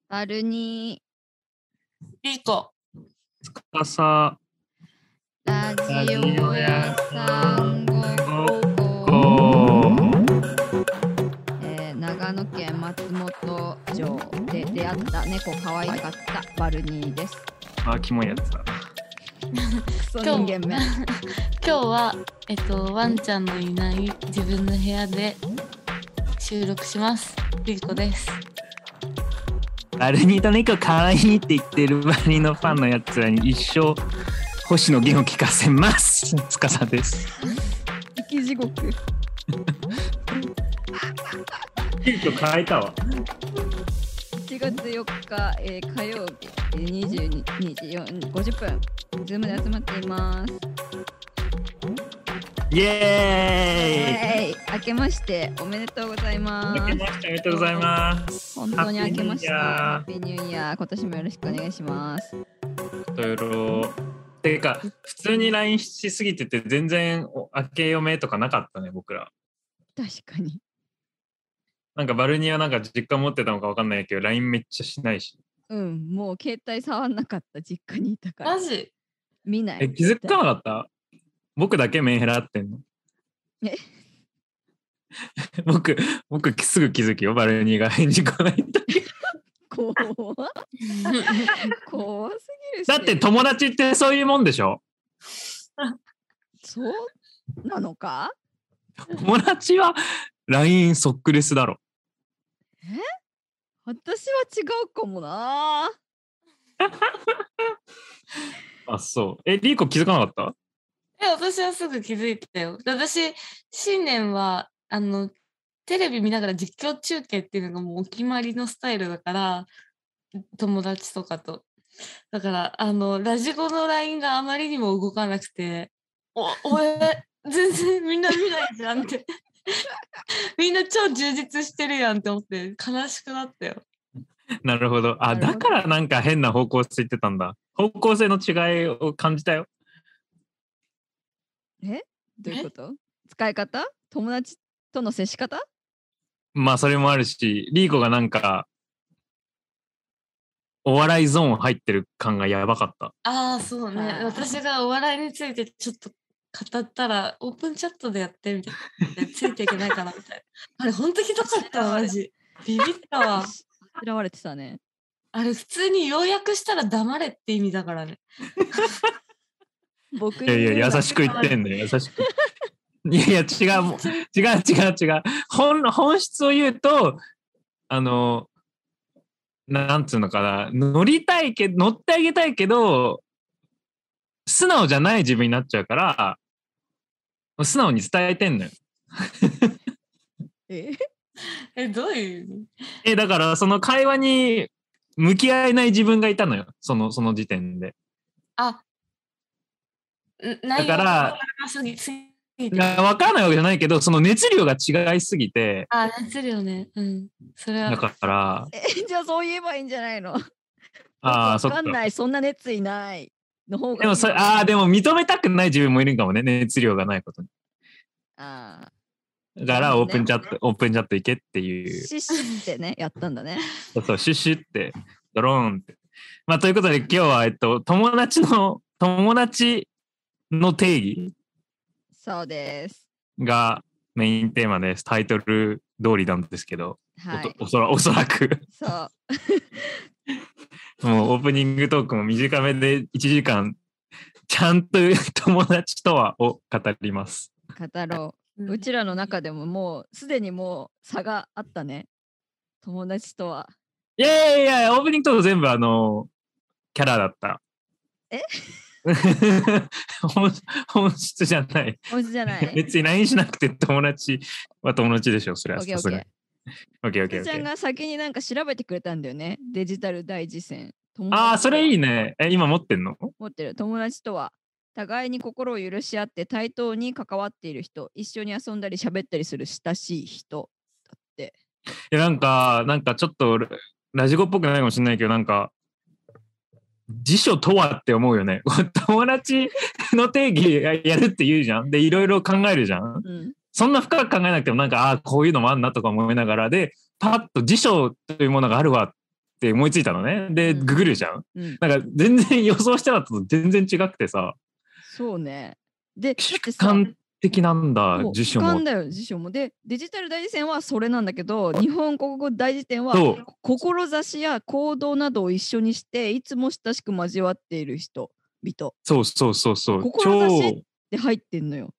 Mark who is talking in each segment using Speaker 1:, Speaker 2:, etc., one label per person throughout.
Speaker 1: バルニ
Speaker 2: いい子。
Speaker 3: つかさ
Speaker 1: ーラジオ屋さんごっこ、長野県松本城で出会った猫可愛かったバルニーです。
Speaker 3: あ、キモいやつだ。
Speaker 1: クソ人間め。
Speaker 2: 今日はワンちゃんのいない自分の部屋で収録します。リコです。
Speaker 3: バルニーと猫可愛いって言ってるバルニーのファンのやつらに一生星野源を聞かせます。つかさです。
Speaker 1: 生き地獄。
Speaker 3: 急遽変えたわ。
Speaker 1: 1月4日、火曜日22時50分ズームで集まっています。
Speaker 3: イエーイ。
Speaker 1: 明けましておめでとうございます。
Speaker 3: 明けましておめでとうございます。
Speaker 1: 本当に明けましてハ
Speaker 3: ハ
Speaker 1: ッピーニューイヤー。今年もよろしくお願いします。
Speaker 3: とよろてか普通に LINE しすぎてて全然明けおめとかなかったね僕ら。
Speaker 1: 確かに。
Speaker 3: なんかバルニーはなんか実家持ってたのか分かんないけど LINE めっちゃしないし。
Speaker 1: もう携帯触んなかった、実家にいたから。
Speaker 2: マジ？
Speaker 1: 見ない。
Speaker 3: 気づかなかった？僕だけメンヘラってんの？僕すぐ気づきよ、バルニーが返事来ないとき。
Speaker 1: 怖すぎるし。
Speaker 3: だって友達ってそういうもんでしょ？
Speaker 1: そうなのか？
Speaker 3: 友達は LINE そっくりすだろ。
Speaker 1: 私は違うかもな。
Speaker 3: あ、そう。リーコ気づかなかった？
Speaker 2: 私はすぐ気づいたよ。私、新年はテレビ見ながら実況中継っていうのがもうお決まりのスタイルだから、友達とかと。だからラジコの LINE があまりにも動かなくて、俺全然みんな見ないじゃんってみんな超充実してるやんって思って悲しくなったよ。
Speaker 3: なるほど。あ、だからなんか変な方向性言ってたんだ。方向性の違いを感じたよ。
Speaker 1: どういうこと？使い方？友達との接し方？
Speaker 3: まあそれもあるし、リーコがなんかお笑いゾーン入ってる感がやばかった。
Speaker 2: ああ、そうね。私がお笑いについてちょっと語ったらオープンチャットでやってみたいな。ついていけないかなみたいな。あれ本当ひどかったわ、マジ。ビビったわ。
Speaker 1: 嫌われてたね。
Speaker 2: あれ普通に要約したら黙れって意味だからね。
Speaker 1: 僕
Speaker 3: いや優しく言ってんね、優しく。いや違う。本質を言うとなんつうのかな、乗ってあげたいけど素直じゃない自分になっちゃうから素直に伝えてんのよ。
Speaker 2: どういう意味？
Speaker 3: だからその会話に向き合えない自分がいたのよ、その時点で。
Speaker 2: あ、
Speaker 3: だから分からないわけじゃないけど、その熱量が違いすぎて。
Speaker 2: あ、熱量ね。うん。それは。
Speaker 3: だから
Speaker 1: じゃあそう言えばいいんじゃないの？
Speaker 3: あ、
Speaker 1: 分かんない、そんな熱意ないの方がいい。
Speaker 3: でもでも認めたくない自分もいるかもね、熱量がないことに。だからオープンチャット行けっていう。
Speaker 1: シュッシュってね、やったんだね。
Speaker 3: そうシュッシュってドローンって。まあということで今日は友達の定義。
Speaker 1: そうです。
Speaker 3: がメインテーマです。タイトル通りなんですけど、
Speaker 1: はい、
Speaker 3: おそらく。
Speaker 1: そう。
Speaker 3: もうオープニングトークも短めで1時間ちゃんと友達とはを語ります。
Speaker 1: 語ろう。うちらの中でももうすでにもう差があったね。友達とは。
Speaker 3: いやオープニングトーク全部キャラだった。本質じゃない。
Speaker 1: 本質じゃない。
Speaker 3: 別に LINE しなくて友達は友達でしょ、それはさすがに。オッケー。
Speaker 1: ちゃんが先になんか調べてくれたんだよね。デジタル大事戦。
Speaker 3: それいいね。今持ってんの？
Speaker 1: 持ってる。友達とは互いに心を許し合って対等に関わっている人、一緒に遊んだり喋ったりする親しい人だって。
Speaker 3: いやなんかちょっとラジコっぽくないかもしれないけど、なんか辞書とはって思うよね。友達の定義やるって言うじゃん。でいろいろ考えるじゃん。そんな深く考えなくてもなんかこういうのもあんなとか思いながらでパッと辞書というものがあるわっって思いついたのね。で、
Speaker 1: うん
Speaker 3: ググるじゃん。
Speaker 1: うん、
Speaker 3: なんか全然予想してたのと全然違くてさ、
Speaker 1: そうね。で、だって
Speaker 3: 主
Speaker 1: さ、
Speaker 3: 観的なんだ、
Speaker 1: そう
Speaker 3: 辞書も。
Speaker 1: 主観だよ、辞書も。で、デジタル大辞典はそれなんだけど、日本国語大辞典は、
Speaker 3: そう。
Speaker 1: 志や行動などを一緒にして、いつも親しく交わっている人、人。
Speaker 3: そうそうそうそう。
Speaker 1: 志
Speaker 3: 超
Speaker 1: で入ってんのよ。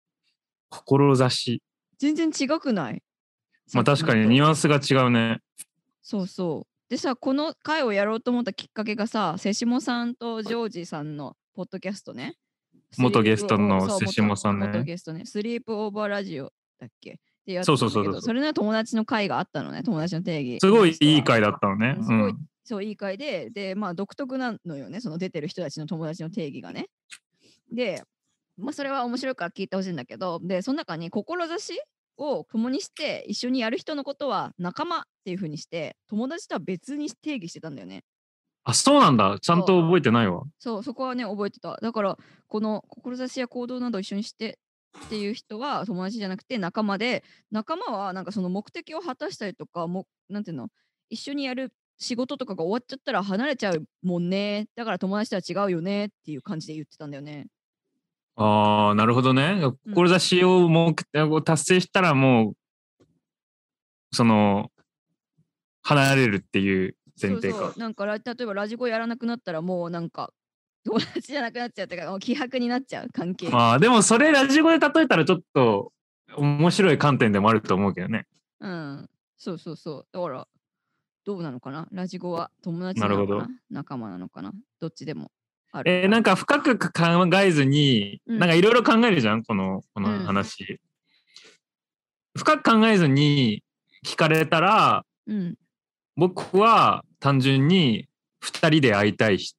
Speaker 3: 志。
Speaker 1: 全然違くない？
Speaker 3: まあ確かに
Speaker 1: さっきのと
Speaker 3: ニュアンスが違うね。
Speaker 1: そうそう。でさ、この回をやろうと思ったきっかけがさ、瀬下さんとジョージさんのポッドキャストね。
Speaker 3: 元ゲストの
Speaker 1: そう
Speaker 3: 瀬下さんね。
Speaker 1: 元ゲストね。スリープオーバーラジオだっけってやつ
Speaker 3: そ
Speaker 1: なんだけど、
Speaker 3: うそうそうそう
Speaker 1: それの友達の回があったのね、友達の定義。
Speaker 3: すごいいい回だったのね。
Speaker 1: すごい、そういい回で、まあ独特なのよね、その出てる人たちの友達の定義がね。で、まあそれは面白いから聞いてほしいんだけど、で、その中に志を共にして一緒にやる人のことは仲間っていう風にして、友達とは別に定義してたんだよね。
Speaker 3: あ、そうなんだ。ちゃんと覚えてないわ。
Speaker 1: そう、そこはね、覚えてた。だから、この志や行動などを一緒にしてっていう人は友達じゃなくて仲間で、仲間はなんかその目的を果たしたりとか、なんていうの、一緒にやる仕事とかが終わっちゃったら離れちゃうもんね。だから友達とは違うよねっていう感じで言ってたんだよね。
Speaker 3: ああ、なるほどね。志を達成したらもう、その、離れるっていう前提か。
Speaker 1: そうそう。なんか例えばラジコやらなくなったらもうなんか友達じゃなくなっちゃうっていうか、もう希薄になっちゃう関係。
Speaker 3: まあでもそれラジオで例えたらちょっと面白い観点でもあると思うけどね。
Speaker 1: うん。そうそうそう。だからどうなのかな、ラジコは友達なのかな、
Speaker 3: なるほど。
Speaker 1: 仲間なのかな、どっちでもある。
Speaker 3: なんか深く考えずに、
Speaker 1: うん
Speaker 3: なんかいろいろ考えるじゃん、この話。深く考えずに聞かれたら、
Speaker 1: うん。
Speaker 3: 僕は単純に2人で会いたい人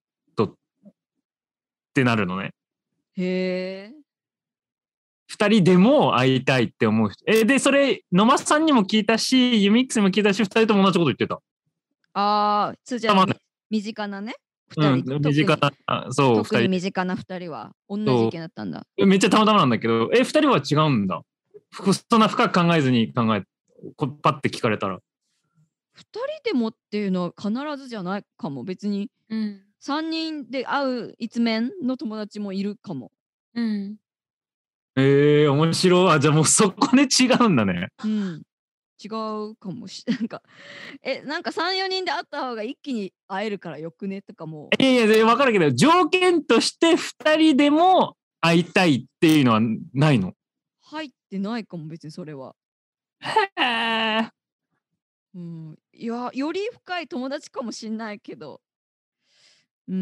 Speaker 3: ってなるのね。
Speaker 1: へえ。
Speaker 3: 2人でも会いたいって思う人。で、それ、野間さんにも聞いたし、ユミックスにも聞いたし、2人とも同じこと言ってた。
Speaker 1: ああ、つーちゃん、身近なね、2人。
Speaker 3: 身近な、そう、
Speaker 1: 特に
Speaker 3: 2
Speaker 1: 身近な2人は同じ意見だったんだ。
Speaker 3: 人。めっちゃたまたまなんだけど、2人は違うんだ。そんな深く考えずにパッて聞かれたら。
Speaker 1: 2人でもっていうのは必ずじゃないかも。別に
Speaker 2: うん。
Speaker 1: 3人で会う一面の友達もいるかも。
Speaker 2: うん。
Speaker 3: 面白い。あ、じゃあもうそこで違うんだね。
Speaker 1: うん。違うかもなんか、なんか3、4人で会った方が一気に会えるからよくねとかも。
Speaker 3: いやいや、分かるけど、条件として2人でも会いたいっていうのはないの？
Speaker 1: 入ってないかも、別にそれは。
Speaker 3: へえ。
Speaker 1: うん。いや、より深い友達かもしんないけど。うん。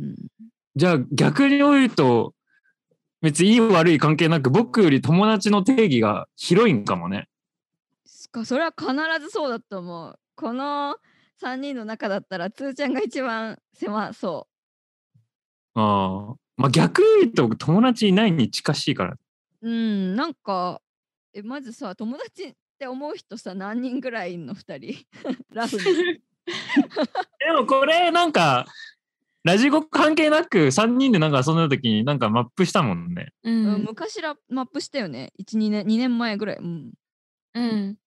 Speaker 3: じゃあ逆に言うと、別にいい悪い関係なく、僕より友達の定義が広いんかもね。
Speaker 1: それは必ずそうだと思う。この3人の中だったら、つーちゃんが一番狭そ
Speaker 3: ああ。まあ逆に言うと友達いないに近しいから。
Speaker 1: う。うん、なんか、まずさ、友達って思う人さ、何人ぐらいいんの ?2 人。ラフに。
Speaker 3: でもこれなんか、ラジコ関係なく3人でなんか遊んだ時になんかマップしたもんね。
Speaker 2: う
Speaker 1: うん、
Speaker 2: ん。
Speaker 1: 昔マップしたよね。1、2年、2年前ぐらい。うん。
Speaker 2: うん。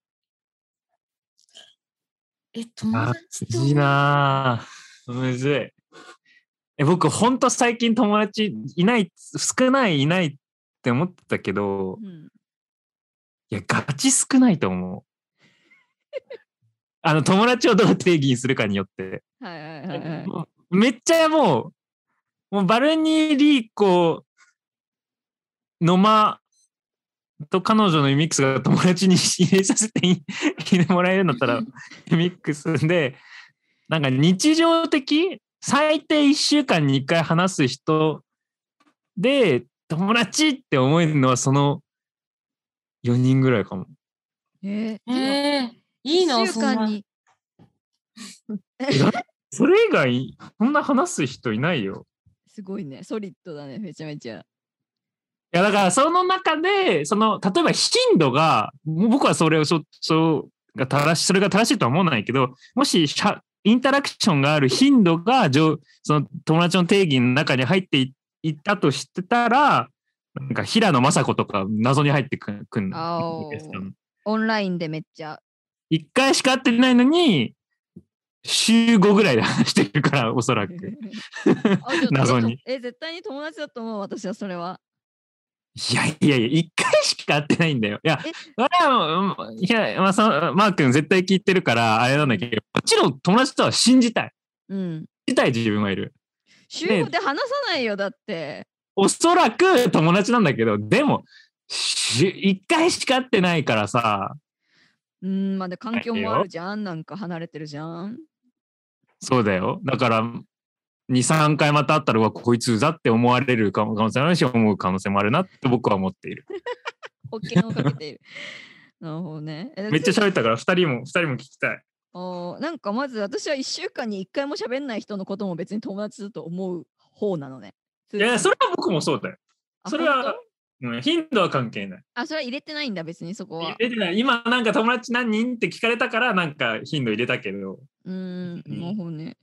Speaker 2: 友
Speaker 3: あ、
Speaker 2: 達
Speaker 3: むずいなぁ。むずい。僕ほんと最近友達いない、いないって思ってたけど、
Speaker 1: うん、
Speaker 3: いや、ガチ少ないと思う。友達をどう定義にするかによって。
Speaker 1: はいはいはいはい。
Speaker 3: もうめっちゃもうバルニー・リーコ、野間と彼女のユミックスが友達に入れさせて入れてもらえるんだったら、ユミックスで、なんか日常的、最低1週間に1回話す人で、友達って思えるのはその4人ぐらいかも。
Speaker 2: いいの
Speaker 1: 1週間に。
Speaker 3: それ以外、そんな話す人いないよ。
Speaker 1: すごいね。ソリッドだね、めちゃめちゃ。
Speaker 3: いやだからその中で例えば頻度が僕はそれが正しいとは思わないけど、もしインタラクションがある頻度がその友達の定義の中に入っていったとしてたら、なんか平野雅子とか謎に入ってくるの。
Speaker 1: オンラインでめっちゃ。
Speaker 3: 1回しか会ってないのに週5ぐらいで話してるから、おそらく。
Speaker 1: あ、じゃあ
Speaker 3: 謎に。
Speaker 1: 絶対に友達だと思う、私はそれは。
Speaker 3: いやいやいや、1回しか会ってないんだよ。いや、
Speaker 1: え
Speaker 3: それは、いや、マー君絶対聞いてるから、あれなんだけど、もちろん友達とは信じたい。
Speaker 1: うん。
Speaker 3: 信じたい自分はいる。
Speaker 1: 週5で話さないよ、だって。
Speaker 3: おそらく友達なんだけど、でも、1回しか会ってないからさ。
Speaker 1: まあで環境もあるじゃん。なんか離れてるじゃん。
Speaker 3: そうだよ。だから、2、3回また会ったら、こいつだって思われる可能性もあるし、思う可能性もあるなって僕は思っている。
Speaker 1: 保険をかけている。なるほどね。
Speaker 3: めっちゃ喋ったから、2人も聞きたい。
Speaker 1: なんかまず私は1週間に1回も喋んない人のことも別に友達だと思う方なのね。
Speaker 3: いや、それは僕もそうだよ。それは、頻度は関係ない。
Speaker 1: それは入れてないんだ、別にそこは。
Speaker 3: 入れてない。今、なんか友達何人って聞かれたから、なんか頻度入れたけど。
Speaker 1: なるほどね。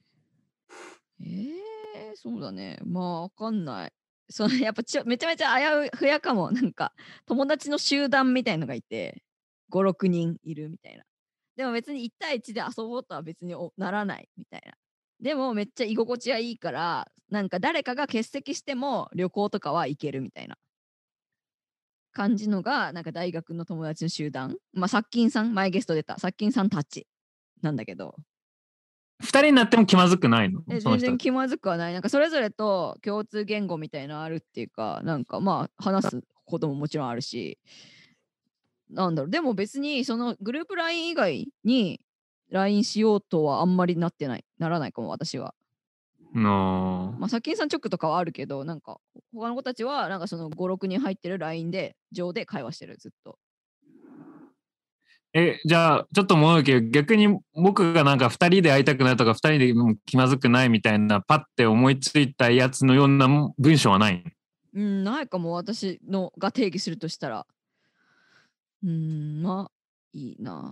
Speaker 1: そうだね。まあ、わかんない。やっぱめちゃめちゃ危うふやかも。なんか、友達の集団みたいのがいて、5、6人いるみたいな。でも別に1対1で遊ぼうとは別にならないみたいな。でもめっちゃ居心地はいいから、なんか誰かが欠席しても旅行とかは行けるみたいな感じのが、なんか大学の友達の集団。まあ、殺菌さん、前ゲスト出た、殺菌さんたちなんだけど。
Speaker 3: 2人になっても気まずくないの？
Speaker 1: 全然気まずくはない。なんかそれぞれと共通言語みたいなのあるっていうか、なんかまあ話すことももちろんあるし、なんだろう、でも別にそのグループ LINE 以外に LINE しようとはあんまりならないかも、私は。まあ、殺菌さん直とかはあるけど、なんか他の子たちはなんかその5、6人入ってる LINE で上で会話してる、ずっと。
Speaker 3: じゃあちょっと思うけど、逆に僕がなんか2人で会いたくないとか2人で気まずくないみたいなパッて思いついたやつのような文章はない？
Speaker 1: ないかも、私のが定義するとしたら。まあいいな。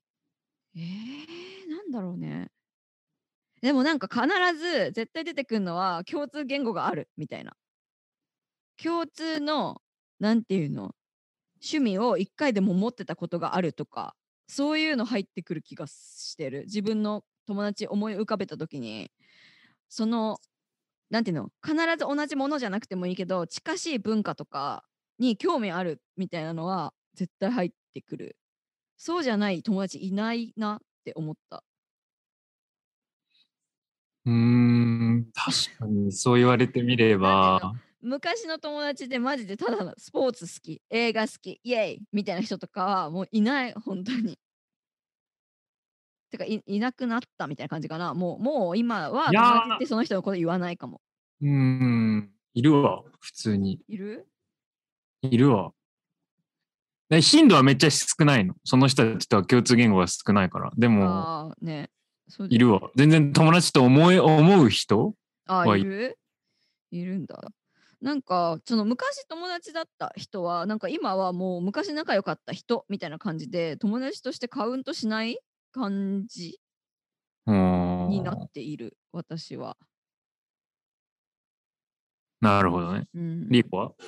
Speaker 1: なんだろうね。でもなんか必ず絶対出てくるのは共通言語があるみたいな。共通のなんていうの、趣味を1回でも持ってたことがあるとか、そういうの入ってくる気がしてる。自分の友達思い浮かべた時に、そのなんていうの、必ず同じものじゃなくてもいいけど、近しい文化とかに興味あるみたいなのは絶対入ってくる。そうじゃない友達いないなって思った。
Speaker 3: 確かにそう言われてみれば。
Speaker 1: 昔の友達でマジでただのスポーツ好き、映画好き、イエイみたいな人とかはもういない、本当に。てかいなくなったみたいな感じかな。もう今は友達ってその人のこと言わないかも。
Speaker 3: いるわ、普通に。
Speaker 1: いる
Speaker 3: わ。頻度はめっちゃ少ないの。その人たちとは共通言語が少ないから。でも、いるわ。全然友達と思う人
Speaker 1: はいるんだ。なんかその昔友達だった人はなんか今はもう昔仲良かった人みたいな感じで友達としてカウントしない感じになっている、私は。
Speaker 3: なるほどね。リーコは？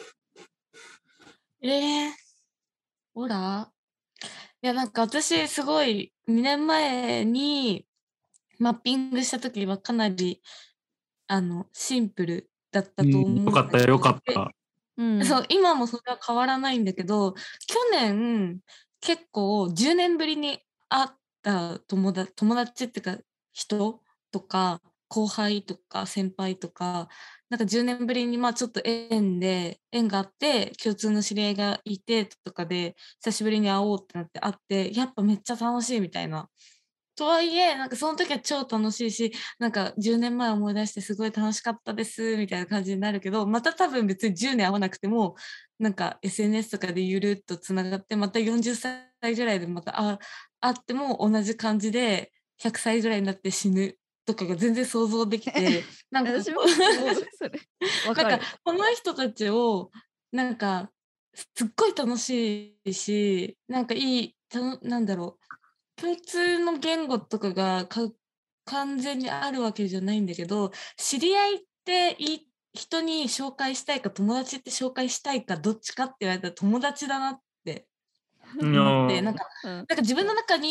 Speaker 2: ほら。いや、なんか私すごい2年前にマッピングした時はかなりシンプルだったと思う。
Speaker 3: よかったよかった。
Speaker 2: そう今もそれは変わらないんだけど、去年結構10年ぶりに会った友達っていうか人とか後輩とか先輩とか、なんか10年ぶりにまあちょっと縁があって共通の知り合いがいてとかで久しぶりに会おうってなって会ってやっぱめっちゃ楽しいみたいな。とはいえなんかその時は超楽しいし、なんか10年前思い出してすごい楽しかったですみたいな感じになるけど、また多分別に10年会わなくてもなんか SNS とかでゆるっとつながってまた40歳ぐらいでまた会っても同じ感じで100歳ぐらいになって死ぬとかが全然想像できてなんか
Speaker 1: 私もそれ
Speaker 2: なんかこの人たちをなんかすっごい楽しいし、なんかなんだろう、共通の言語とかが完全にあるわけじゃないんだけど、知り合いって人に紹介したいか友達って紹介したいかどっちかって言われたら友達だなって思って、なんか自分の中に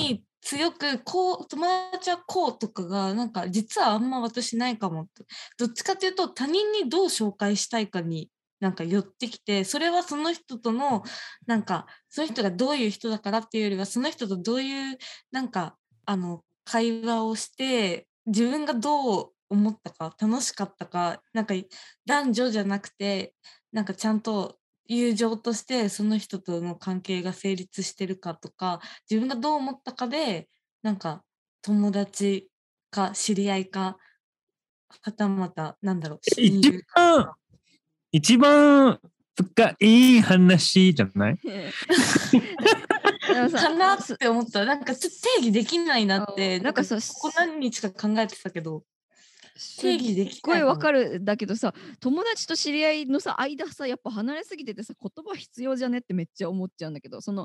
Speaker 2: 強く友達はこうとかがなんか実はあんま私ないかもって。どっちかというと他人にどう紹介したいかになんか寄ってきて、それはその人とのなんかその人がどういう人だからっていうよりは、その人とどういうなんか会話をして自分がどう思ったか、楽しかったか、なんか男女じゃなくてなんかちゃんと友情としてその人との関係が成立してるかとか、自分がどう思ったかで、なんか友達か知り合いか、はたまたなんだろう、親
Speaker 3: 一
Speaker 2: 友か。
Speaker 3: 番、一番深い話じゃない？
Speaker 1: でもさ
Speaker 2: かなって思った。なんかちょっと定義できないなって、
Speaker 1: なんかさ、
Speaker 2: ここ何日か考えてたけど、定義でき
Speaker 1: すっご
Speaker 2: ないいかも。
Speaker 1: わかるだけどさ、友達と知り合いのさ間さ、やっぱ離れすぎててさ、言葉必要じゃねってめっちゃ思っちゃうんだけど、その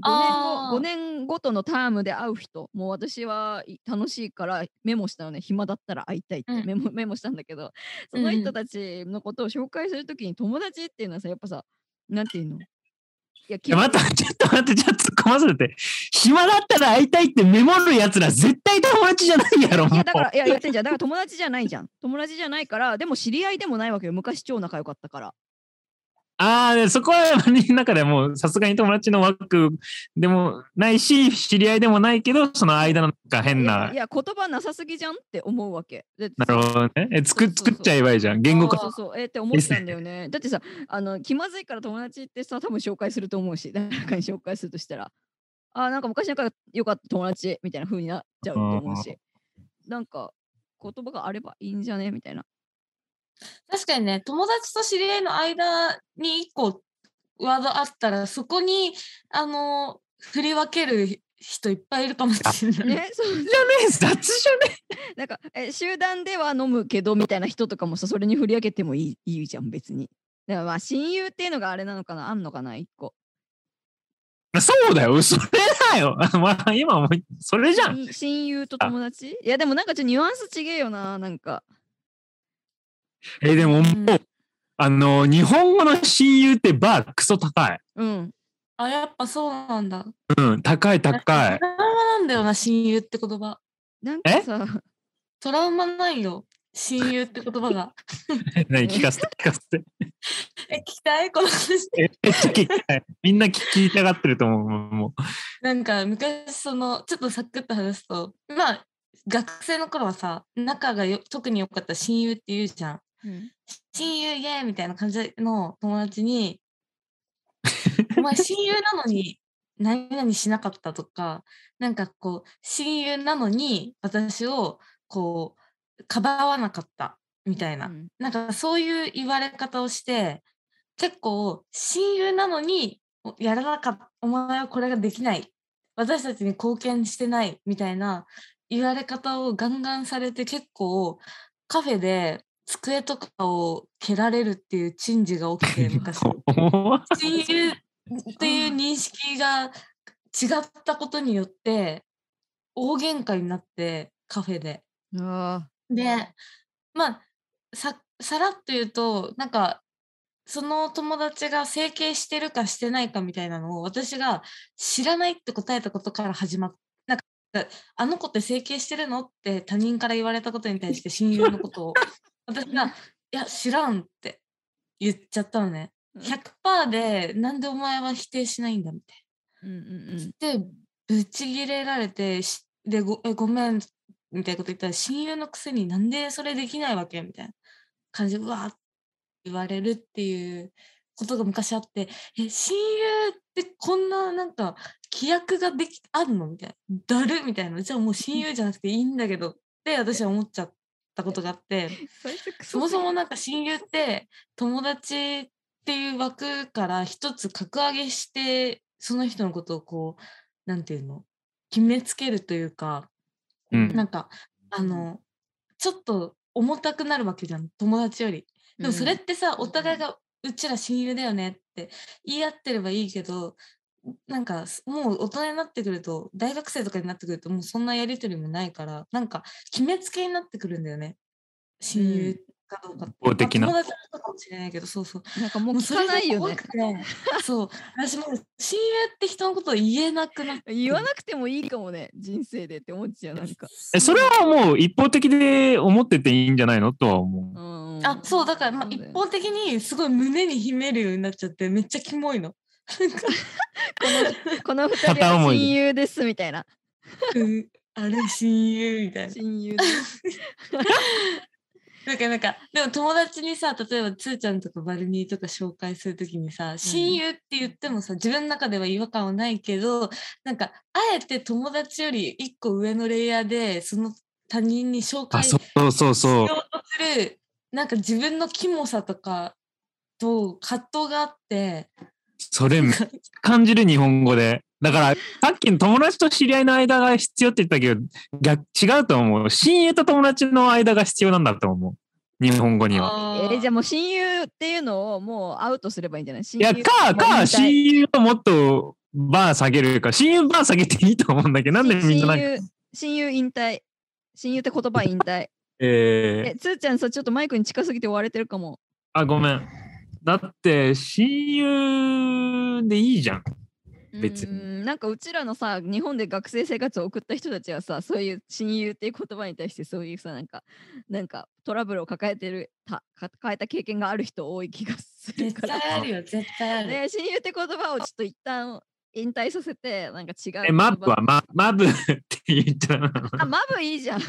Speaker 1: 5
Speaker 2: あ
Speaker 1: 年ごとのタームで会う人、もう私は楽しいからメモしたのね、暇だったら会いたいって
Speaker 2: うん
Speaker 1: メモしたんだけど、そ
Speaker 2: うんうん
Speaker 1: の人たちのことを紹介するときに友達っていうのはさ、やっぱさ、なんていうの、いや、気まずい。
Speaker 3: ちょっと待って、ちょっと突っ込ませて。暇だったら会いたいってメモるやつら絶対友達じゃないやろ、もう。
Speaker 1: いやだから、いや言ってんじゃん。だから友達じゃないじゃん。友達じゃないから、でも知り合いでもないわけよ。昔超仲良かったから。
Speaker 3: ああ、そこは周りの中でもさすがに友達の枠でもないし、知り合いでもないけど、その間のなんか変
Speaker 1: い
Speaker 3: な。
Speaker 1: や言葉なさすぎじゃんって思うわけ。で
Speaker 3: なるほどね。作っちゃえばいいじゃん。言語化。
Speaker 1: って思ったんだよね。だってさ、気まずいから友達ってさ、多分紹介すると思うし、誰かに紹介するとしたら、なんか昔仲良かった友達みたいな風になっちゃうと思うし、なんか言葉があればいいんじゃねみたいな。
Speaker 2: 確かにね、友達と知り合いの間に1個ワードあったら、そこに振り分ける人いっぱいいるかもしれない。
Speaker 1: ね、そう
Speaker 3: 雑じゃね
Speaker 1: なんか集団では飲むけどみたいな人とかもさ、それに振り上げてもいいじゃん別に。だからまあ親友っていうのがあれなのかな、あんのかな一個。
Speaker 3: そうだよ。それだよ。まあ今思い、それじゃん。
Speaker 1: 親友と友達いやでもなんかちょっとニュアンス違えよな、なんか。
Speaker 3: でももう、日本語の親友ってバークソ高い。
Speaker 1: うん。
Speaker 2: あ、やっぱそうなんだ。
Speaker 3: うん、高い高い。
Speaker 2: トラウマなんだよな、親友って言葉。
Speaker 1: なんかさ、
Speaker 2: トラウマないよ、親友って言葉が。
Speaker 3: 何聞かせて聞かせて。
Speaker 2: 聞きたいこの話。
Speaker 3: めっちゃ聞きたい。みんな聞きたがってると思う。もう。
Speaker 2: なんか昔ちょっとサクッと話すと、まあ学生の頃はさ、仲が特に良かった親友って言うじゃん。親友イエーイみたいな感じの友達にお前親友なのに何々しなかったとか、なんかこう親友なのに私をこうかばわなかったみたいな、なんかそういう言われ方をして、結構親友なのにやらなかった、お前はこれができない、私たちに貢献してないみたいな言われ方をガンガンされて、結構カフェで机とかを蹴られるっていう珍事が起きて、昔親友っていう認識が違ったことによって大喧嘩になって、カフェで。で、まあさらっと言うと、なんかその友達が整形してるかしてないかみたいなのを私が知らないって答えたことから始まっ、なんかあの子って整形してるのって他人から言われたことに対して親友のことを私がいや知らんって言っちゃったのね。100% でなんでお前は否定しないんだみたいな。でぶち切れられて、でごめんみたいなこと言ったら、親友のくせになんでそれできないわけみたいな感じでうわーって言われるっていうことが昔あって、親友ってこんななんか規約があるのみたいな、だるみたいな、じゃあもう親友じゃなくていいんだけどって私は思っちゃったことがあって、そもそもなんか親友って友達っていう枠から一つ格上げして、その人のことをこうなんていうの、決めつけるというか、なんかちょっと重たくなるわけじゃん、友達より。でもそれってさ、お互いがうちら親友だよねって言い合ってればいいけど、なんかもう大人になってくると、大学生とかになってくるともうそんなやり取りもないから、なんか決めつけになってくるんだよね。親友かどうかって。
Speaker 3: 一方的な
Speaker 2: 友達の人かもしれないけど、そうそう。
Speaker 1: なんかもう
Speaker 2: もうそれ
Speaker 1: 聞かないよ
Speaker 2: が怖
Speaker 1: ね。
Speaker 2: くて、そう。私もう親友って人のことを言えなくなって
Speaker 1: 言わなくてもいいかもね、人生でって思っちゃう、なんか。
Speaker 3: それはもう一方的で思ってていいんじゃないのとは思う。
Speaker 2: あ、そう、だから、まあ、
Speaker 1: そうだよ
Speaker 2: 一方的にすごい胸に秘めるようになっちゃって、めっちゃキモいの。
Speaker 1: この二人は
Speaker 3: 片思いで
Speaker 1: 親友ですみたいな。
Speaker 2: うんあれ親友みたいな。
Speaker 1: 親友です。
Speaker 2: なんか、でも友達にさ、例えばつーちゃんとかバルニーとか紹介するときにさ、親友って言ってもさ、自分の中では違和感はないけど、なんか、あえて友達より一個上のレイヤーで、その他人に紹
Speaker 3: あ、
Speaker 2: 介し
Speaker 3: そうそうそう
Speaker 2: ようとする、なんか自分のキモさとかと葛藤があって、
Speaker 3: それ感じる日本語で。だから、さっきの友達と知り合いの間が必要って言ったけど、違うと思う。親友と友達の間が必要なんだと思う。日本語には。
Speaker 1: じゃあもう親友っていうのをもうアウトすればいいんじゃない？
Speaker 3: いや、親友をもっとバー下げるか、親友バー下げていいと思うんだけど、なんでみんななんか。
Speaker 1: 親友引退。親友って言葉引退。つーちゃんさ、ちょっとマイクに近すぎて割れてるかも。
Speaker 3: あ、ごめん。だって、親友でいいじゃん。別に。
Speaker 1: なんかうちらのさ、日本で学生生活を送った人たちはさ、そういう親友っていう言葉に対してそういうさ、なんかトラブルを抱えた経験がある人多い気がするから。
Speaker 2: 絶対あるよ、絶対ある。
Speaker 1: ね、親友って言葉をちょっと一旦引退させて、なんか違う言葉。
Speaker 3: マブはマブって言っちゃう。
Speaker 1: あ、マブいいじゃん。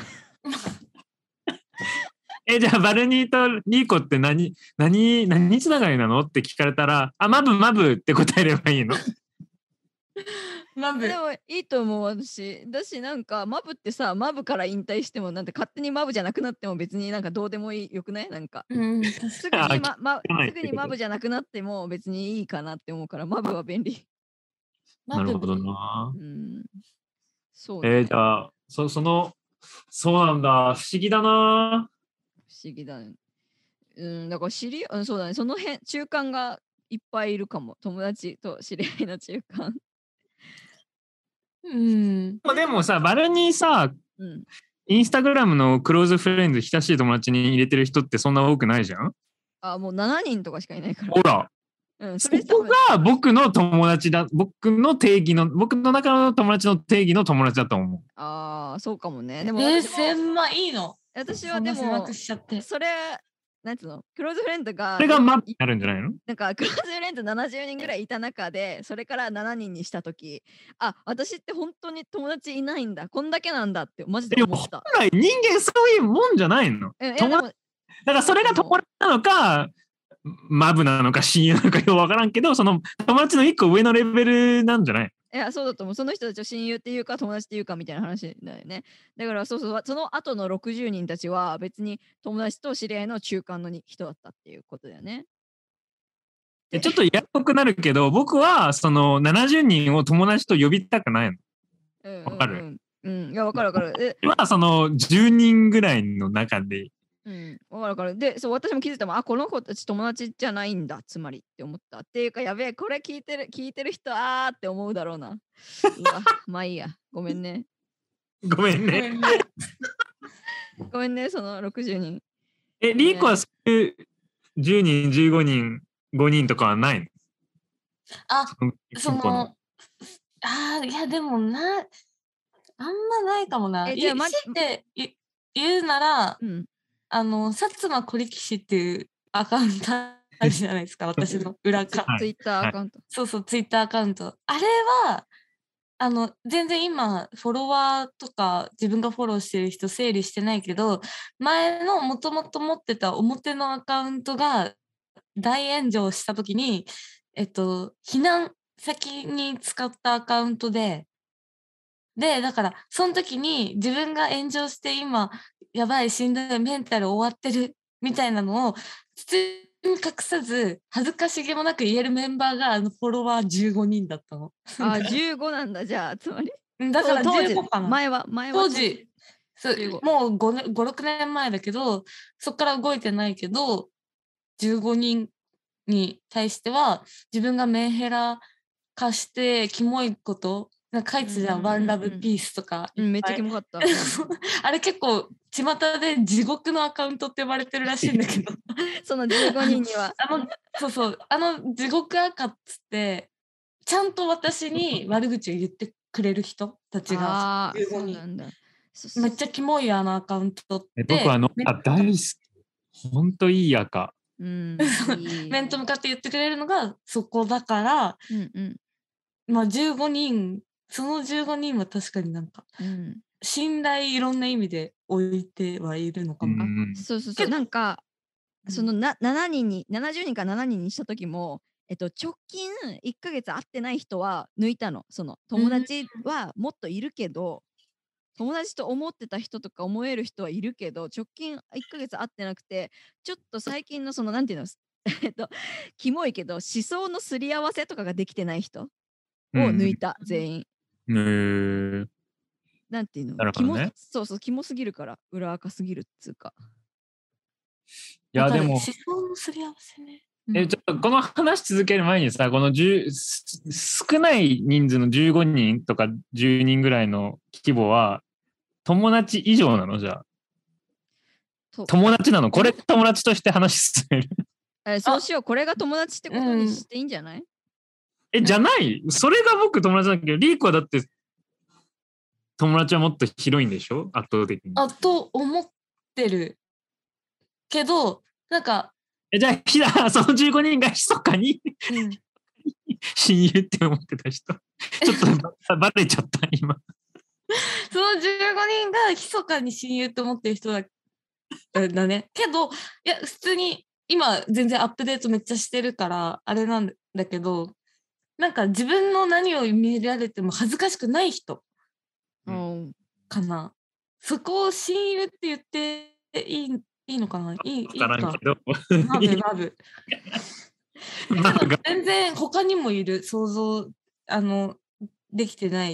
Speaker 3: じゃあバルニーとリーコって何つながりなのって聞かれたら、あ、マブって答えればいいの？
Speaker 2: マブ。
Speaker 1: でもいいと思う、私。だし、なんかマブってさ、マブから引退しても、なんて勝手にマブじゃなくなっても別になんかどうでもいいよくない？なんか。すぐにマブじゃなくなっても別にいいかなって思うから、マブは便利。
Speaker 3: なるほどな。
Speaker 1: そうね。
Speaker 3: じゃあ、そうなんだ。不思議だな。
Speaker 1: 不思議だね。だからそうだね。その辺、中間がいっぱいいるかも。友達と知り合いの中間。
Speaker 3: でもさ、バルニーさ、インスタグラムのクローズフレンズ、親しい友達に入れてる人ってそんな多くないじゃん？
Speaker 1: あ、もう7人とかしかいないから。
Speaker 3: ほら。そこが僕の友達だ。僕の中の友達の定義の友達だと思う。
Speaker 1: ああ、そうかもね。でも
Speaker 2: 1000万いいの？
Speaker 1: 私はでも、それ、なんつうの、クローズフレンドが。
Speaker 3: それがマップになるんじゃないの？
Speaker 1: なんか、クローズフレンド70人ぐらいいた中で、それから7人にしたとき、あ、私って本当に友達いないんだ。こんだけなんだって、マジで思った。
Speaker 3: 本来人間そういうもんじゃないの？だからそれが友達なのか、マブなのか親友なのかよく分からんけど、その友達の1個上のレベルなんじゃない？
Speaker 1: いや、そうだと思う。その人たちを親友っていうか友達っていうかみたいな話だよね。だからそう、その後の60人たちは別に友達と知り合いの中間の人だったっていうことだよね。
Speaker 3: ちょっとやっぽくなるけど、僕はその70人を友達と呼びたくないの。わかる？
Speaker 1: いや、わかるわかる。
Speaker 3: その10人ぐらいの中で。
Speaker 1: わかるわかる。で、そう、私も気づいたもん、あ、この子たち友達じゃないんだ、つまりって思った。っていうか、やべえ、これ聞いてる人、あーって思うだろうな。うわ、まあいいや。ごめんね。
Speaker 3: ごめんね。
Speaker 1: ごめんね、その60人。
Speaker 3: リーコはそういう10人、15人、5人とかはないの？
Speaker 2: いや、でもあんまないかもな。強いて言うなら、薩摩小力士っていうアカウントあるじゃないですか、私の裏か。
Speaker 1: ツイッターアカウント。
Speaker 2: そうそう、ツイッターアカウント。あれは、全然今、フォロワーとか自分がフォローしてる人整理してないけど、前のもともと持ってた表のアカウントが大炎上したときに、避難先に使ったアカウントで、だから、その時に自分が炎上して今、やばい、しんどい、メンタル終わってる、みたいなのを、包み隠さず、恥ずかしげもなく言えるメンバーが、フォロワー15人だったの。
Speaker 1: あ、15なんだ、じゃあ、つまり。
Speaker 2: だから15かな。
Speaker 1: 前は
Speaker 2: 当時、もう5、6年前だけど、そこから動いてないけど、15人に対しては、自分がメンヘラ化して、キモいこと、 なんか書いてたじゃん、ワンラブピースとかいっぱい。
Speaker 1: めっちゃキモかった。
Speaker 2: あれ結構巷で地獄のアカウントって呼ばれてるらしいんだけど
Speaker 1: その15人には
Speaker 2: そう地獄アカっつってちゃんと私に悪口を言ってくれる人たちが15人。めっちゃキモいアカウントって。
Speaker 3: 僕は大好き。ほんといい赤。
Speaker 2: 面と向かって言ってくれるのがそこだから、まあ15人、その15人は確かになんか、信頼いろんな意味で置いてはいるのかも。
Speaker 1: そうなんかその70人から7人にした時も、直近1ヶ月会ってない人は抜いたの。その友達はもっといるけど、友達と思ってた人とか思える人はいるけど、直近1ヶ月会ってなくて、ちょっと最近のそのなんていうのキモいけど思想のすり合わせとかができてない人を抜いた、全員。なんていうの、そうキモすぎるから裏垢すぎるっつうか。
Speaker 3: いやでも
Speaker 2: 思想のすり合わせね。
Speaker 3: ちょっとこの話続ける前にさ、この少ない人数の15人とか10人ぐらいの規模は友達以上なの？じゃあ友達なの？これ友達として話進める
Speaker 1: そうしよう。これが友達ってことにしていいんじゃない？
Speaker 3: じゃない？それが僕友達だけど、リーコはだって友達はもっと広いんでしょ？圧倒的に。
Speaker 2: と思ってるけど、なんか
Speaker 3: じゃあその15人が密かに、親友って思ってた人ちょっとバレちゃった今
Speaker 2: その15人が密かに親友と思ってる人だね。けどいや普通に今全然アップデートめっちゃしてるからあれなんだけど、なんか自分の何を見られても恥ずかしくない人かな。そこを親友って言っていいのかな？いいか。ラブ。全然他にもいる、想像できてない。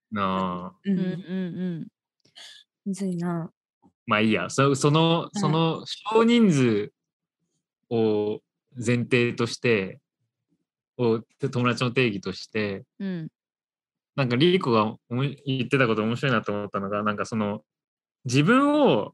Speaker 2: むずいな。
Speaker 3: まあいいや。その少人数を前提として友達の定義として、なんかリーコが言ってたこと面白いなと思ったのが、なんかその自分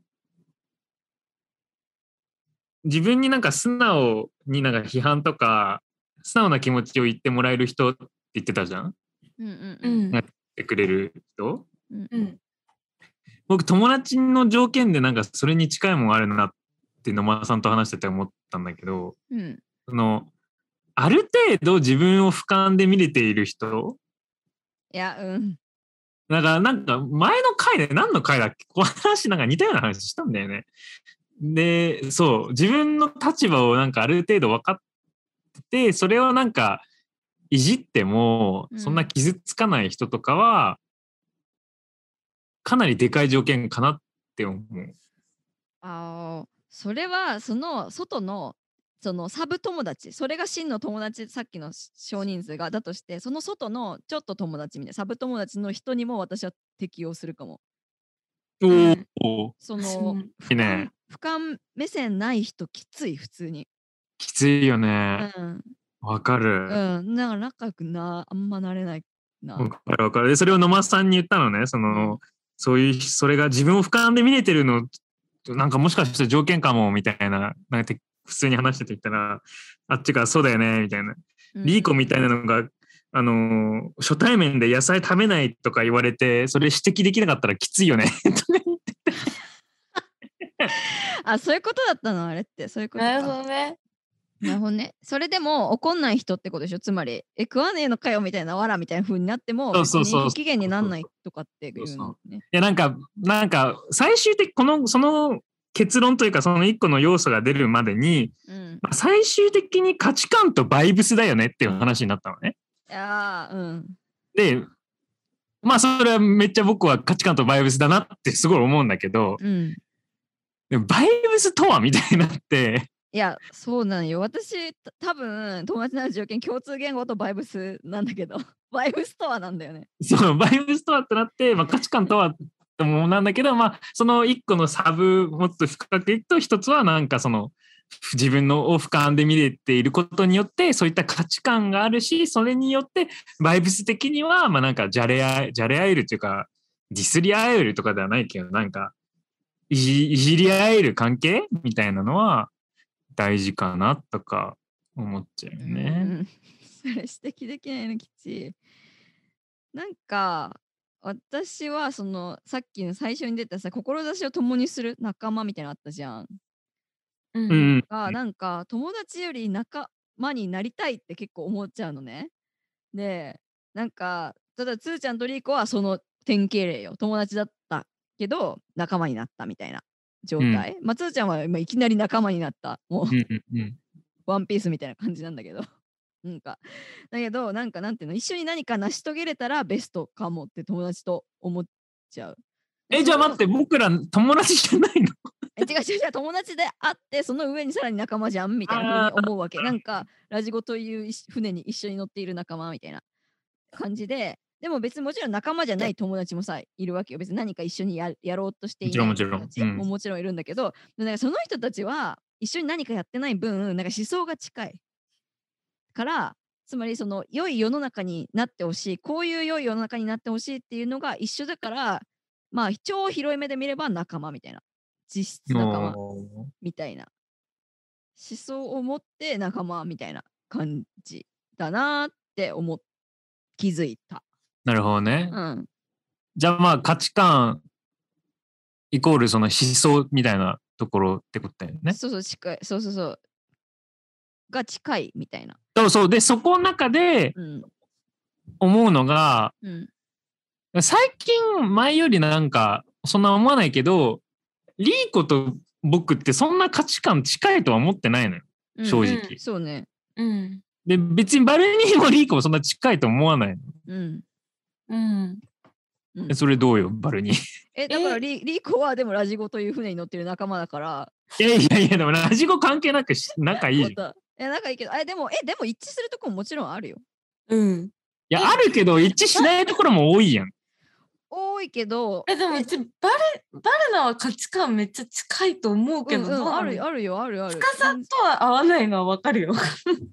Speaker 3: になんか素直になんか批判とか素直な気持ちを言ってもらえる人って言ってたじゃん。やってくれる人。僕友達の条件でなんかそれに近いもんあるなって野間さんと話してて思ったんだけど、そのある程度自分を俯瞰で見れている人。なんか前の回で何の回だっけ、この話なんか似たような話したんだよね。で、そう自分の立場をなんかある程度分かってて、それをなんかいじってもそんな傷つかない人とかは、かなりでかい条件かなって思う。
Speaker 1: それはその外のそのサブ友達、それが真の友達、さっきの少人数がだとして、その外のちょっと友達みたいなサブ友達の人にも私は適用するかも。その俯瞰目線ない人きつい、普通に
Speaker 3: きついよね。わかる。
Speaker 1: なんか仲良くあんまなれないな。
Speaker 3: わかる。でそれを野間さんに言ったのね。それが自分を俯瞰で見れてるのなんかもしかして条件かもみたいな、なんか普通に話してて言ったら、あっちがそうだよねみたいな、リーコみたいなのが初対面で野菜食べないとか言われて、それ指摘できなかったらきついよね
Speaker 1: そういうことだったのあれって。そういうことか。
Speaker 2: なるほどね。
Speaker 1: なるほどね。それでも怒んない人ってことでしょ。つまり食わねえのかよみたいなわらみたいな風になっても別に不機嫌になんないとかっていうのね。
Speaker 3: いやなんか最終的その結論というかその一個の要素が出るまでに、最終的に価値観とバイブスだよねっていう話になったのね。でまあそれはめっちゃ僕は価値観とバイブスだなってすごい思うんだけど、でもバイブスとはみたいになって。
Speaker 1: いやそうなんよ。私多分友達になる条件共通言語とバイブスなんだけどバイブスとはなんだよね。
Speaker 3: そうバイブスとはってなって、価値観とはもなんだけど、その一個のサブもっと深くいくと、一つはなんかその自分のを俯瞰で見れていることによってそういった価値観があるし、それによってバイブス的にはまあなんかじゃれ合えるというかディスり合えるとかではないけど、なんかいじり合える関係みたいなのは大事かなとか思っちゃうよね。
Speaker 1: それ指摘できないのきち。なんか私はそのさっきの最初に出たさ、志を共にする仲間みたいなのあったじゃん。
Speaker 3: うん
Speaker 1: なんか友達より仲間になりたいって結構思っちゃうのね。で、なんかただつーちゃんとリーコはその典型例よ。友達だったけど仲間になったみたいな状態。まあつーちゃんは今いきなり仲間になった。もう、ワンピースみたいな感じなんだけど。なんかだけどなんていうの、一緒に何か成し遂げれたらベストかもって友達と思っちゃう。
Speaker 3: じゃあ待って、僕ら友達じゃないの？
Speaker 1: 違う友達であってその上にさらに仲間じゃんみたいな風に思うわけ。なんかラジゴという船に一緒に乗っている仲間みたいな感じで、でも別にもちろん仲間じゃない友達もさいるわけよ。別に何か一緒にやろうとしていない友達ももちろんいるんだけど、なんかその人たちは一緒に何かやってない分なんか思想が近いから、つまりその良い世の中になってほしい、こういう良い世の中になってほしいっていうのが一緒だから、まあ超広い目で見れば仲間みたいな、実質仲間みたいな思想を持って仲間みたいな感じだなって気づいた。
Speaker 3: なるほどね。じゃあまあ価値観イコールその思想みたいなところってことだよね。
Speaker 1: 近い。そうが近いみたいな。
Speaker 3: そうで、そこの中で思うのが、最近前よりなんかそんな思わないけど、リーコと僕ってそんな価値観近いとは思ってないのよ、正直。
Speaker 1: そうね。
Speaker 3: で、別にバルニーもリーコもそんな近いと思わない
Speaker 2: の。
Speaker 3: それどうよ、バルニー。
Speaker 1: だからリーコはでもラジゴという船に乗ってる仲間だから。
Speaker 3: いや、でもラジゴ関係なく仲いいじゃん。
Speaker 1: 仲いいけど、でも一致するとこももちろんあるよ。
Speaker 3: いや、あるけど一致しないところも多いやん。
Speaker 1: 多いけど。
Speaker 2: でもうちバルナは価値観めっちゃ近いと思うけど、
Speaker 1: あるよ。
Speaker 2: つかさんとは合わないのはわかるよ。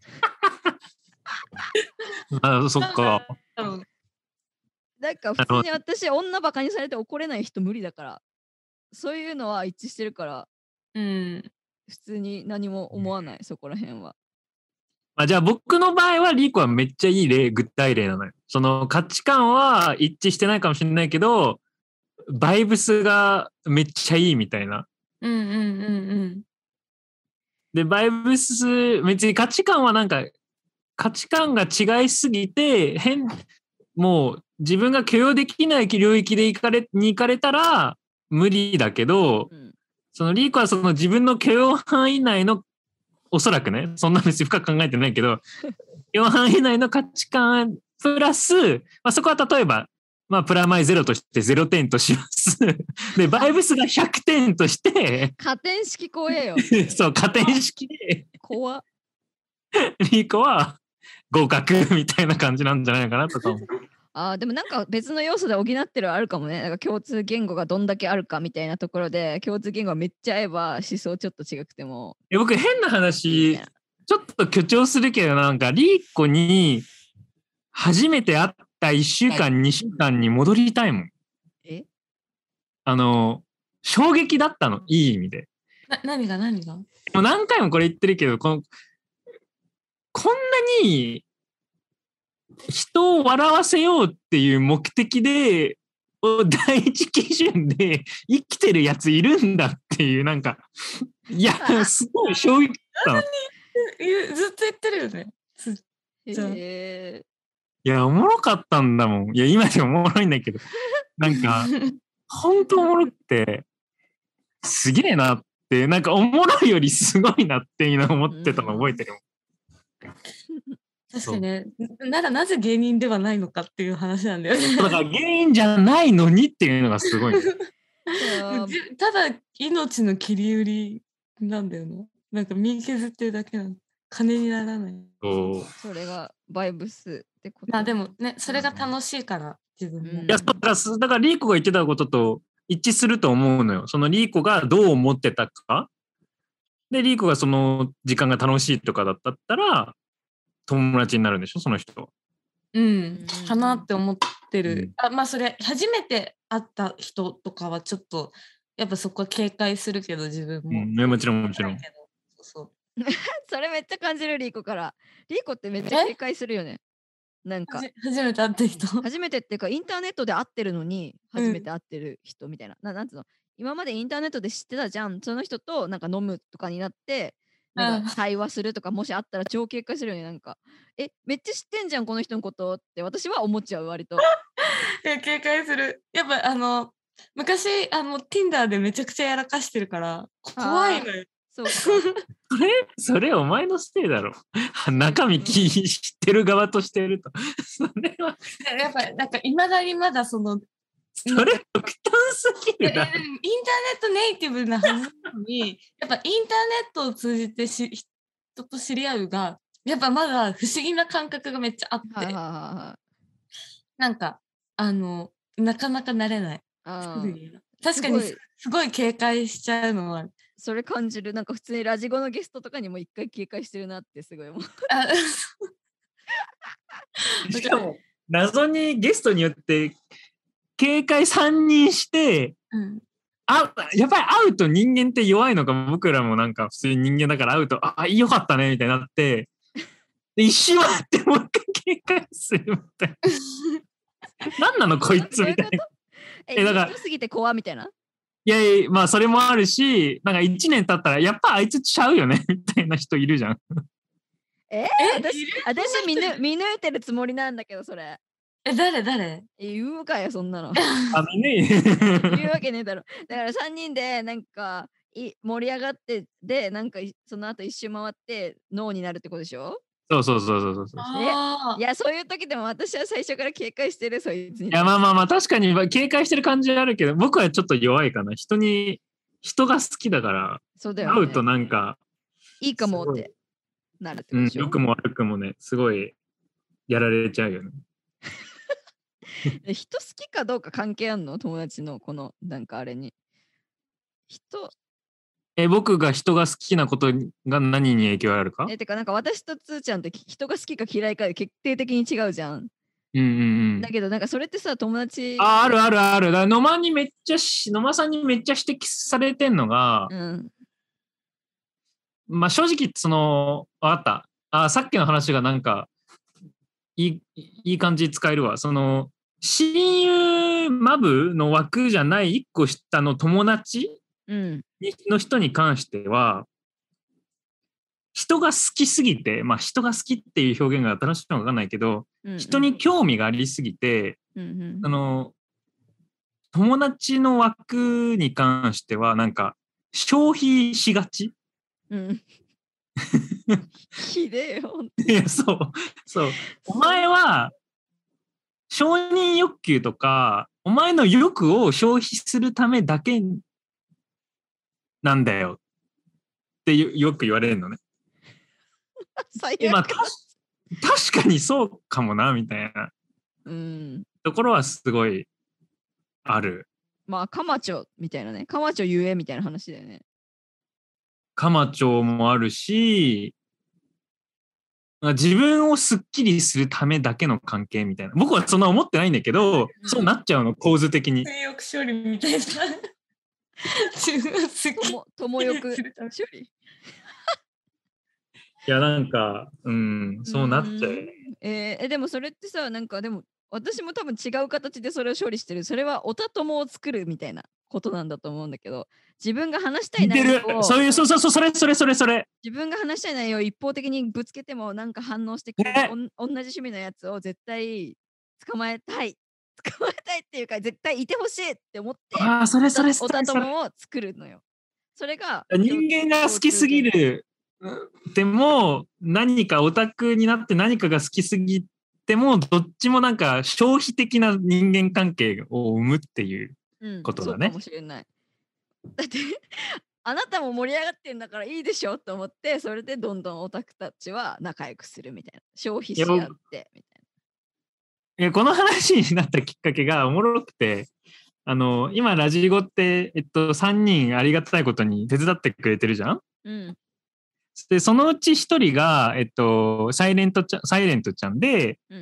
Speaker 3: そっか。
Speaker 1: なんか普通に私女バカにされて怒れない人無理だから、そういうのは一致してるから、普通に何も思わない、そこら辺は。
Speaker 3: じゃあ僕の場合はリーコはめっちゃいい具体例なのよ。その価値観は一致してないかもしれないけど、バイブスがめっちゃいいみたいな。で、バイブス、別に価値観はなんか、価値観が違いすぎて、もう自分が許容できない領域で行かれたら無理だけど、そのリーコはその自分の許容範囲内の、おそらくね、そんな別に深く考えてないけど、許容範囲内の価値観プラス、そこは例えば、プラマイ0として0点とします。で、バイブスが100点として、
Speaker 1: 加点式怖えよ。
Speaker 3: そう、加点式で、
Speaker 1: 怖っ。
Speaker 3: リーコは合格みたいな感じなんじゃないかなとか思う。
Speaker 1: でもなんか別の要素で補ってるあるかもね。なんか共通言語がどんだけあるかみたいなところで、共通言語がめっちゃ合えば思想ちょっと違くても。
Speaker 3: 僕変な話、ちょっと誇張するけど、なんかリーコに初めて会った1週間、2週間に戻りたいもん。衝撃だったの、いい意味で。
Speaker 2: 何が
Speaker 3: もう何回もこれ言ってるけど、こんなに人を笑わせようっていう目的で、第一基準で生きてるやついるんだっていう、なんか、いや、すごい衝撃だったの。
Speaker 2: ずっと言ってるよね。
Speaker 3: いや、おもろかったんだもん。いや、今でもおもろいんだけど、なんか、ほんとおもろくて、すげえなって、なんかおもろいよりすごいなって今思ってたの覚えてるもん。
Speaker 2: 確かにね、なぜ芸人ではないのかっていう話なんだよね。
Speaker 3: だから芸人じゃないのにっていうのがすごい、ね。
Speaker 2: ただ命の切り売りなんだよな。なんか身削ってるだけなの。金にならない。
Speaker 1: それがバイブスってこと。
Speaker 2: でもね、それが楽しいから、自分も。
Speaker 3: いや、だからリーコが言ってたことと一致すると思うのよ。そのリーコがどう思ってたか。 で、リーコがその時間が楽しいとかだったら、友達になるんでしょ、その人は。
Speaker 2: かなって思ってる。
Speaker 3: うん
Speaker 2: まあそれ初めて会った人とかはちょっとやっぱそこは警戒するけど自分も。
Speaker 3: ね、もちろんもちろん。
Speaker 2: そう
Speaker 1: それめっちゃ感じるリーコから。リーコってめっちゃ警戒するよね。なんか
Speaker 2: 初めて会った人。
Speaker 1: 初めてっていうかインターネットで会ってるのに初めて会ってる人みたいな。なんつうの、今までインターネットで知ってたじゃん。その人となんか飲むとかになってなんか対話するとかもしあったら超警戒するよね。なんかめっちゃ知ってんじゃんこの人のことって私は思っちゃう割と。
Speaker 2: 警戒する。やっぱ昔Tinder でめちゃくちゃやらかしてるから怖いのよ。
Speaker 1: そうか。
Speaker 3: それお前のせいだろ。中身知ってる側としてると。それは。
Speaker 2: やっぱなんかいまだにまだその。
Speaker 3: それ極端すぎるな。
Speaker 2: インターネットネイティブなはずなのに、やっぱインターネットを通じて人と知り合うが、やっぱまだ不思議な感覚がめっちゃあって、なんかなかなか慣れない。確かにすごい警戒しちゃうのは。
Speaker 1: それ感じる。なんか普通にラジゴのゲストとかにも一回警戒してるなってすごい思う。
Speaker 3: しかも謎にゲストによって警戒3人して、やっぱり会うと人間って弱いのか、僕らもなんか普通に人間だから会うとよかったねみたいになって一周回ってもう一回警戒するみたいな。何なのこいつみたいな。
Speaker 1: だからすぎて怖みたいな。
Speaker 3: いやまあそれもあるし、なんか1年経ったらやっぱあいつちゃうよねみたいな人いるじゃん。
Speaker 1: 私見抜いてるつもりなんだけどそれ。
Speaker 2: 誰
Speaker 1: 言うかよそんなの。言うわけねえだろ。だから3人でなんか盛り上がってでなんかその後一周回って脳になるってことでしょ。
Speaker 3: そう。
Speaker 1: いやそういう時でも私は最初から警戒してるそいつに。
Speaker 3: いやまあ確かに警戒してる感じはあるけど、僕はちょっと弱いかな。人が好きだから、
Speaker 1: そうだよね、
Speaker 3: 会うとなんか
Speaker 1: いいかもってなるってことでしょ。
Speaker 3: 良くも悪くもね、すごいやられちゃうよね。
Speaker 1: 人好きかどうか関係あんの？友達のこのなんかあれに。
Speaker 3: 僕が人が好きなことが何に影響あるか？
Speaker 1: てかなんか私とつーちゃんって人が好きか嫌いかで決定的に違うじゃん。だけどなんかそれってさ友達
Speaker 3: ある。野間さんにめっちゃ指摘されてんのが、まあ正直その分かった。さっきの話がなんかいい感じに使えるわ。その親友マブの枠じゃない一個下の友達の人に関しては、人が好きすぎて、まあ人が好きっていう表現が正しいのか分かんないけど、人に興味がありすぎて、友達の枠に関してはなんか消費しがち。
Speaker 1: ひでえよ。
Speaker 3: いやそう。お前は承認欲求とかお前の欲を消費するためだけなんだよってよく言われるのね。まあ、確かにそうかもなみたいなところはすごいある。
Speaker 1: まあカマチョみたいなね。カマチョゆえみたいな話だよね。
Speaker 3: カマチョもあるし、自分をスッキリするためだけの関係みたいな。僕はそんな思ってないんだけど、そうなっちゃうの構図的に。
Speaker 2: 性欲処理みたいな。
Speaker 1: 友欲処理。
Speaker 3: いやなんかそうなっちゃう。
Speaker 1: でもそれってさなんかでも私も多分違う形でそれを処理してる。それはオタ友を作るみたいなことなんだと思うんだけど、自分が話したい内容を
Speaker 3: それ。
Speaker 1: 自分が話したい内容を一方的にぶつけてもなんか反応してくる、同じ趣味のやつを絶対捕まえたいっていうか絶対いてほしいって思ってオタ友を作るのよ。それが
Speaker 3: 人間が好きすぎるでも何かオタクになって何かが好きすぎてもどっちもなんか消費的な人間関係を生むっていうことだね。
Speaker 1: そうかもしれない。だってあなたも盛り上がってんだからいいでしょと思って、それでどんどんオタクたちは仲良くするみたいな、消費し合ってみたい
Speaker 3: な。この話になったきっかけがおもろくて、今ラジゴって3人ありがたいことに手伝ってくれてるじゃん。
Speaker 1: うん。
Speaker 3: で、そのうち一人が、サイレントちゃんで、
Speaker 1: うん。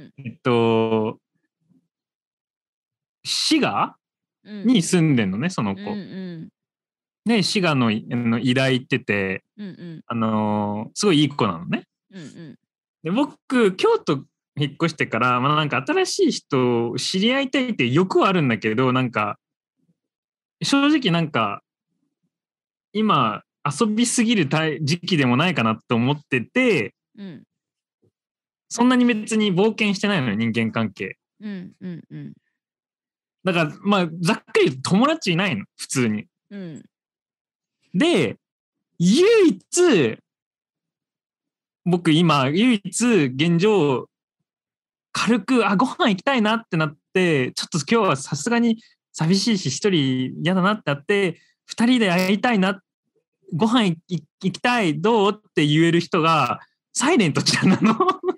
Speaker 3: 滋賀
Speaker 1: うん。
Speaker 3: に住んでんのね、その
Speaker 1: うん。う
Speaker 3: 子。
Speaker 1: ん。
Speaker 3: で、滋賀の医大行ってて、
Speaker 1: うん。
Speaker 3: すごいいい子なのね。
Speaker 1: うん。うん。
Speaker 3: で、僕、京都引っ越してから、まあなんか新しい人を知り合いたいって欲はあるんだけど、なんか、正直なんか、今、遊びすぎる時期でもないかなと思ってて、
Speaker 1: うん。
Speaker 3: そんなに別に冒険してないのよ、人間関係。
Speaker 1: うん。うん。うん。
Speaker 3: だから、まあ、ざっくり友達いないの、普通に。
Speaker 1: うん。
Speaker 3: で、唯一、僕今、唯一現状、軽く、ご飯行きたいなってなって、ちょっと今日はさすがに寂しいし、一人嫌だなってなって、二人で会いたいな、ご飯行きたい、どうって言える人が、サイレントちゃんなの。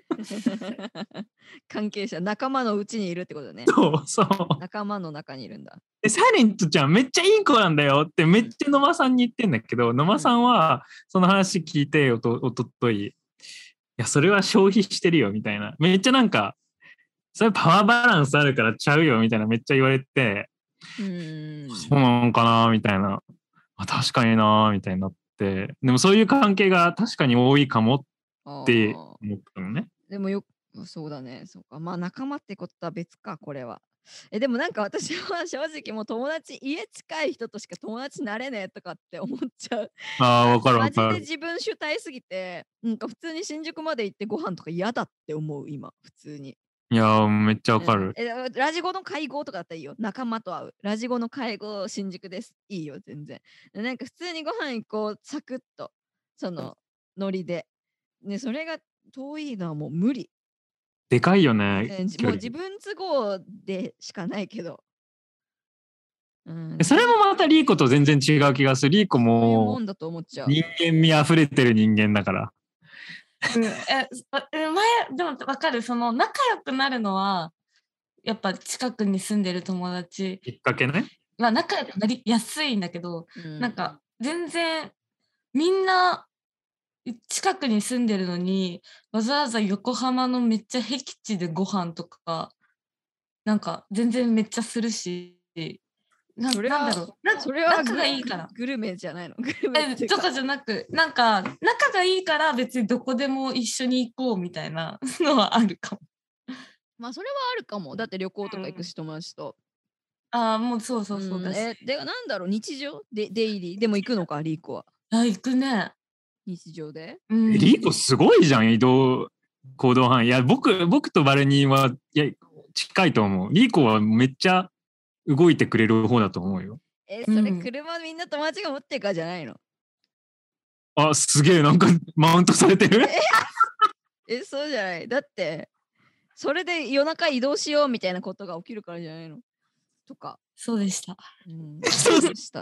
Speaker 1: 関係者、仲間のうちにいるってことね。
Speaker 3: そう。
Speaker 1: 仲間の中にいるんだ。
Speaker 3: で、サイレントちゃんめっちゃいい子なんだよってめっちゃ野間さんに言ってんだけど、野間さんはその話聞いておととい、いや、それは消費してるよみたいな。めっちゃなんか、それパワーバランスあるからちゃうよみたいなめっちゃ言われて、そうなのかなみたいな。確かになみたいになって、でもそういう関係が確かに多いかもって思ったのね。
Speaker 1: でもそうだね。そうか。まあ仲間ってこととは別か、これは。でもなんか私は正直もう友達、家近い人としか友達になれねえとかって思っちゃう。
Speaker 3: わかる
Speaker 1: マジで自分主体すぎて、なんか普通に新宿まで行ってご飯とか嫌だって思う、今、普通に。
Speaker 3: いやめっちゃわかる。
Speaker 1: ラジゴの会合とかだったらいいよ。仲間と会う。ラジゴの会合新宿です。いいよ、全然。なんか普通にご飯行こう、サクッと、そのノリで。ね、それが遠いのはもう無理。
Speaker 3: でかいよね。
Speaker 1: もう自分都合でしかないけど。
Speaker 3: それもまたリーコと全然違う気がする。リーコも人間味あふれてる人間だから。
Speaker 2: でも分かる、その仲良くなるのはやっぱ近くに住んでる友達
Speaker 3: きっかけね。
Speaker 2: まあ仲良くなりやすいんだけど、なんか全然みんな近くに住んでるのにわざわざ横浜のめっちゃ僻地でご飯とかなんか全然めっちゃするし。
Speaker 1: それは
Speaker 2: 仲がいいから
Speaker 1: グルメじゃないの
Speaker 2: とかじゃなくなんか仲がいいから別にどこでも一緒に行こうみたいなのはあるかも。
Speaker 1: まあそれはあるかも。だって旅行とか行くし、友達と。
Speaker 2: もうそうだし。
Speaker 1: でなんだろう、日常デイリーでも行くのか、リーコは。
Speaker 2: 行くね。
Speaker 1: 日常で。
Speaker 3: リーコすごいじゃん、行動範囲。いや僕とバルニーはいや近いと思う。リーコはめっちゃ動いてくれる方だと思うよ。
Speaker 1: それ車みんな友達が持ってるからじゃないの？
Speaker 3: すげえなんかマウントされてる
Speaker 1: そうじゃない。だってそれで夜中移動しようみたいなことが起きるからじゃないのとか。
Speaker 2: そうでした。
Speaker 1: そうでした。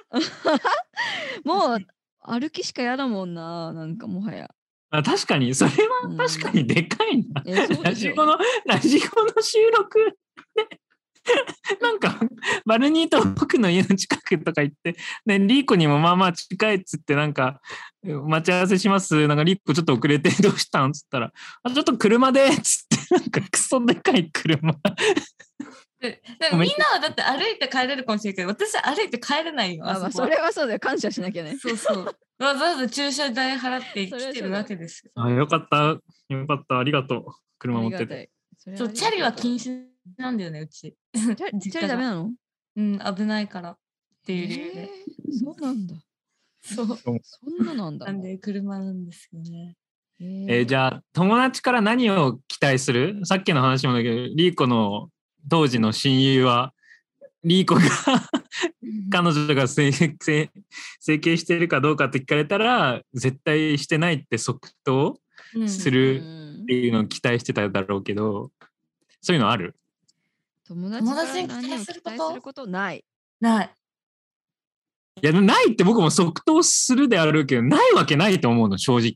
Speaker 1: もう歩きしかやだもんな、なんかもはや。
Speaker 3: 確かにそれは確かにでかいな。ラジコの収録でなんかバルニーと僕の家の近くとか行って、ね、リーコにもまあまあ近いっつってなんか待ち合わせします。なんかリーコちょっと遅れてどうしたんっつったらちょっと車でっつってなんかクソでかい車。
Speaker 2: でもみんなはだって歩いて帰れるかもしれないけど私は歩いて帰れないよ。
Speaker 1: それはそうだよ、感謝しなきゃね。
Speaker 2: そうわざわざ駐車代払って来てるわけですよ。
Speaker 3: よかったありがとう。車持ってて。
Speaker 2: チャリは禁止なんだよね、うち。
Speaker 1: チャリダメなの？
Speaker 2: 危ないからっていう理由で。
Speaker 1: そうなんだ。そんななんだ。
Speaker 2: なんで車なんですよね。
Speaker 3: じゃあ友達から何を期待する？さっきの話もだけどリーコの当時の親友はリーコが彼女が整形してるかどうかって聞かれたら絶対してないって即答するっていうのを期待してただろうけど、そういうのある？
Speaker 1: 友達に期待することない。
Speaker 2: ない
Speaker 3: やないって僕も即答するであるけどないわけないと思うの正直。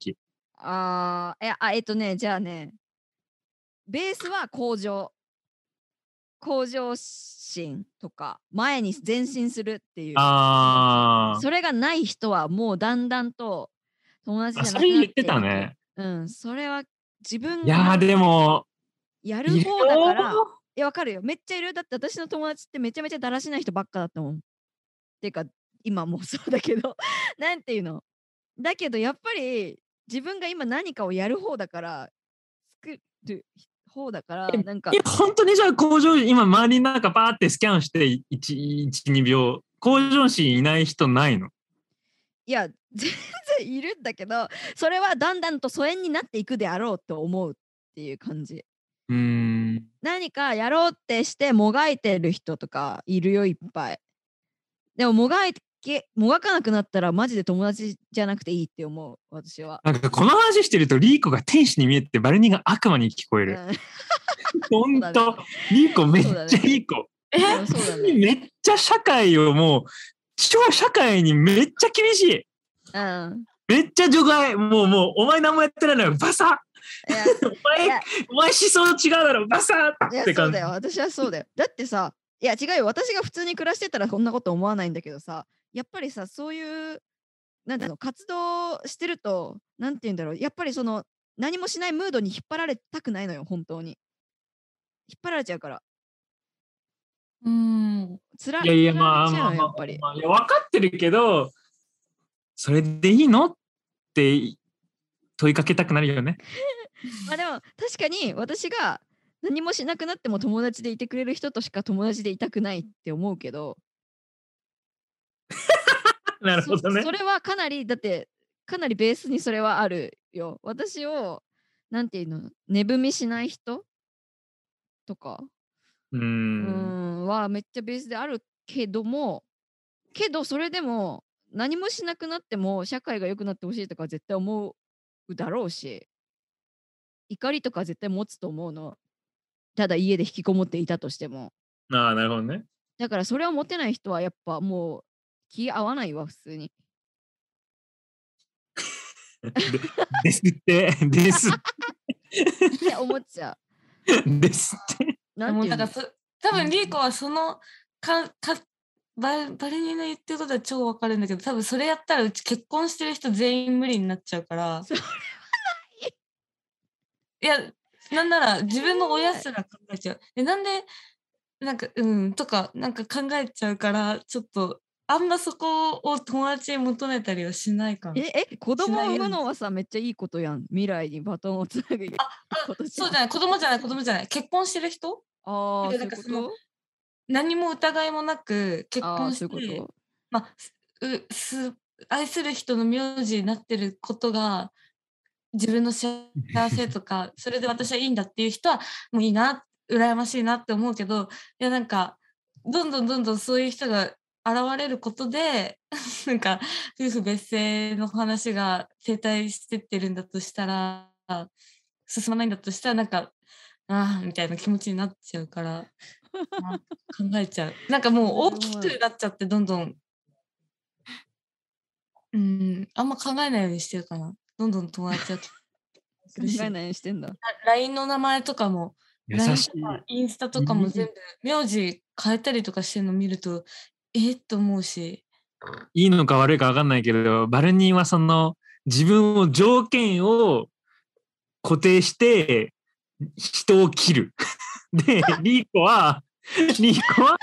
Speaker 1: じゃあねベースは向上心とか前に前進するっていう
Speaker 3: あ
Speaker 1: それがない人はもうだんだんと友達
Speaker 3: あ、
Speaker 1: じゃなくなっていく。
Speaker 3: それ言ってたね。
Speaker 1: それは自分
Speaker 3: いやーでも
Speaker 1: や
Speaker 3: いる
Speaker 1: る方だから
Speaker 3: よ
Speaker 1: いやわかるよ、めっちゃいる。だって私の友達ってめちゃめちゃだらしない人ばっかだったもん。っていうか今もそうだけどなんていうのだけどやっぱり自分が今何かをやる方だから作る方だからなんか
Speaker 3: 本当にじゃあ向上今周りになんかバーってスキャンして12秒向上心いない人ないの？
Speaker 1: いや全然いるんだけどそれはだんだんと疎遠になっていくであろうと思うっていう感じ。何かやろうってしてもがいてる人とかいるよいっぱい。でももがかなくなったらマジで友達じゃなくていいって思う私は。
Speaker 3: なんかこの話してるとリーコが天使に見えてバルニーが悪魔に聞こえる。ほんと、リーコめっちゃいい子。
Speaker 1: そうだね。
Speaker 3: めっちゃ社会をもう超社会にめっちゃ厳しい。めっちゃ除外。もうお前何もやってないのよバサお前思想違うだろバサって感じ。
Speaker 1: そうだよ私はそうだよ。だってさいや違うよ私が普通に暮らしてたらこんなこと思わないんだけどさやっぱりさそういうなんていうの活動してるとなんて言うんだろうやっぱりその何もしないムードに引っ張られたくないのよ本当に。引っ張られちゃうから。
Speaker 3: いやいやまあ
Speaker 1: やっぱり
Speaker 3: 分かってるけどそれでいいのって問いかけたくなるよね。
Speaker 1: まあでも確かに私が何もしなくなっても友達でいてくれる人としか友達でいたくないって思うけど
Speaker 3: なるほどね。
Speaker 1: それはかなりだってかなりベースにそれはあるよ。私をなんていうの値踏みしない人とかはめっちゃベースであるけどそれでも何もしなくなっても社会が良くなってほしいとか絶対思うだろうし怒りとか絶対持つと思うの。ただ家で引きこもっていたとしても。
Speaker 3: ああなるほどね。
Speaker 1: だからそれを持てない人はやっぱもう気合わないわ普通に。
Speaker 3: ですって
Speaker 1: 思っちゃ
Speaker 3: う。ですって。
Speaker 1: なんていうの
Speaker 2: 多分リーコはそのバルニーの言ってることは超わかるんだけど多分それやったらうち結婚してる人全員無理になっちゃうから
Speaker 1: それはない
Speaker 2: いやなんなら自分の親すら考えちゃうなんでなんかとかなんか考えちゃうからちょっとあんまそこを友達に求めたりはしないかも。
Speaker 1: 子供を産むのはさめっちゃいいことやん。未来にバトンをつなぐ
Speaker 2: ことそうじゃない子供じゃない結婚してる人
Speaker 1: そういうこと
Speaker 2: 何も疑いもなく結婚して
Speaker 1: そういうこと
Speaker 2: まあ愛する人の名字になってることが自分の幸せとかそれで私はいいんだっていう人はもういいな羨ましいなって思うけどいやなんかどんどんそういう人が現れることでなんか夫婦別姓の話が停滞してってるんだとしたら進まないんだとしたらなんかみたいな気持ちになっちゃうから考えちゃう。なんかもう大きくなっちゃってどんどんあんま考えないようにしてるかな。どんどん友達は
Speaker 1: 考えないようにしてんだ。
Speaker 2: LINE の名前とかも
Speaker 3: 優しい。
Speaker 2: インスタとかも全部名字変えたりとかしてるの見るとと思うし。
Speaker 3: いいのか悪いか分かんないけどバルニーはその自分を条件を固定して人を切る。でリーコは人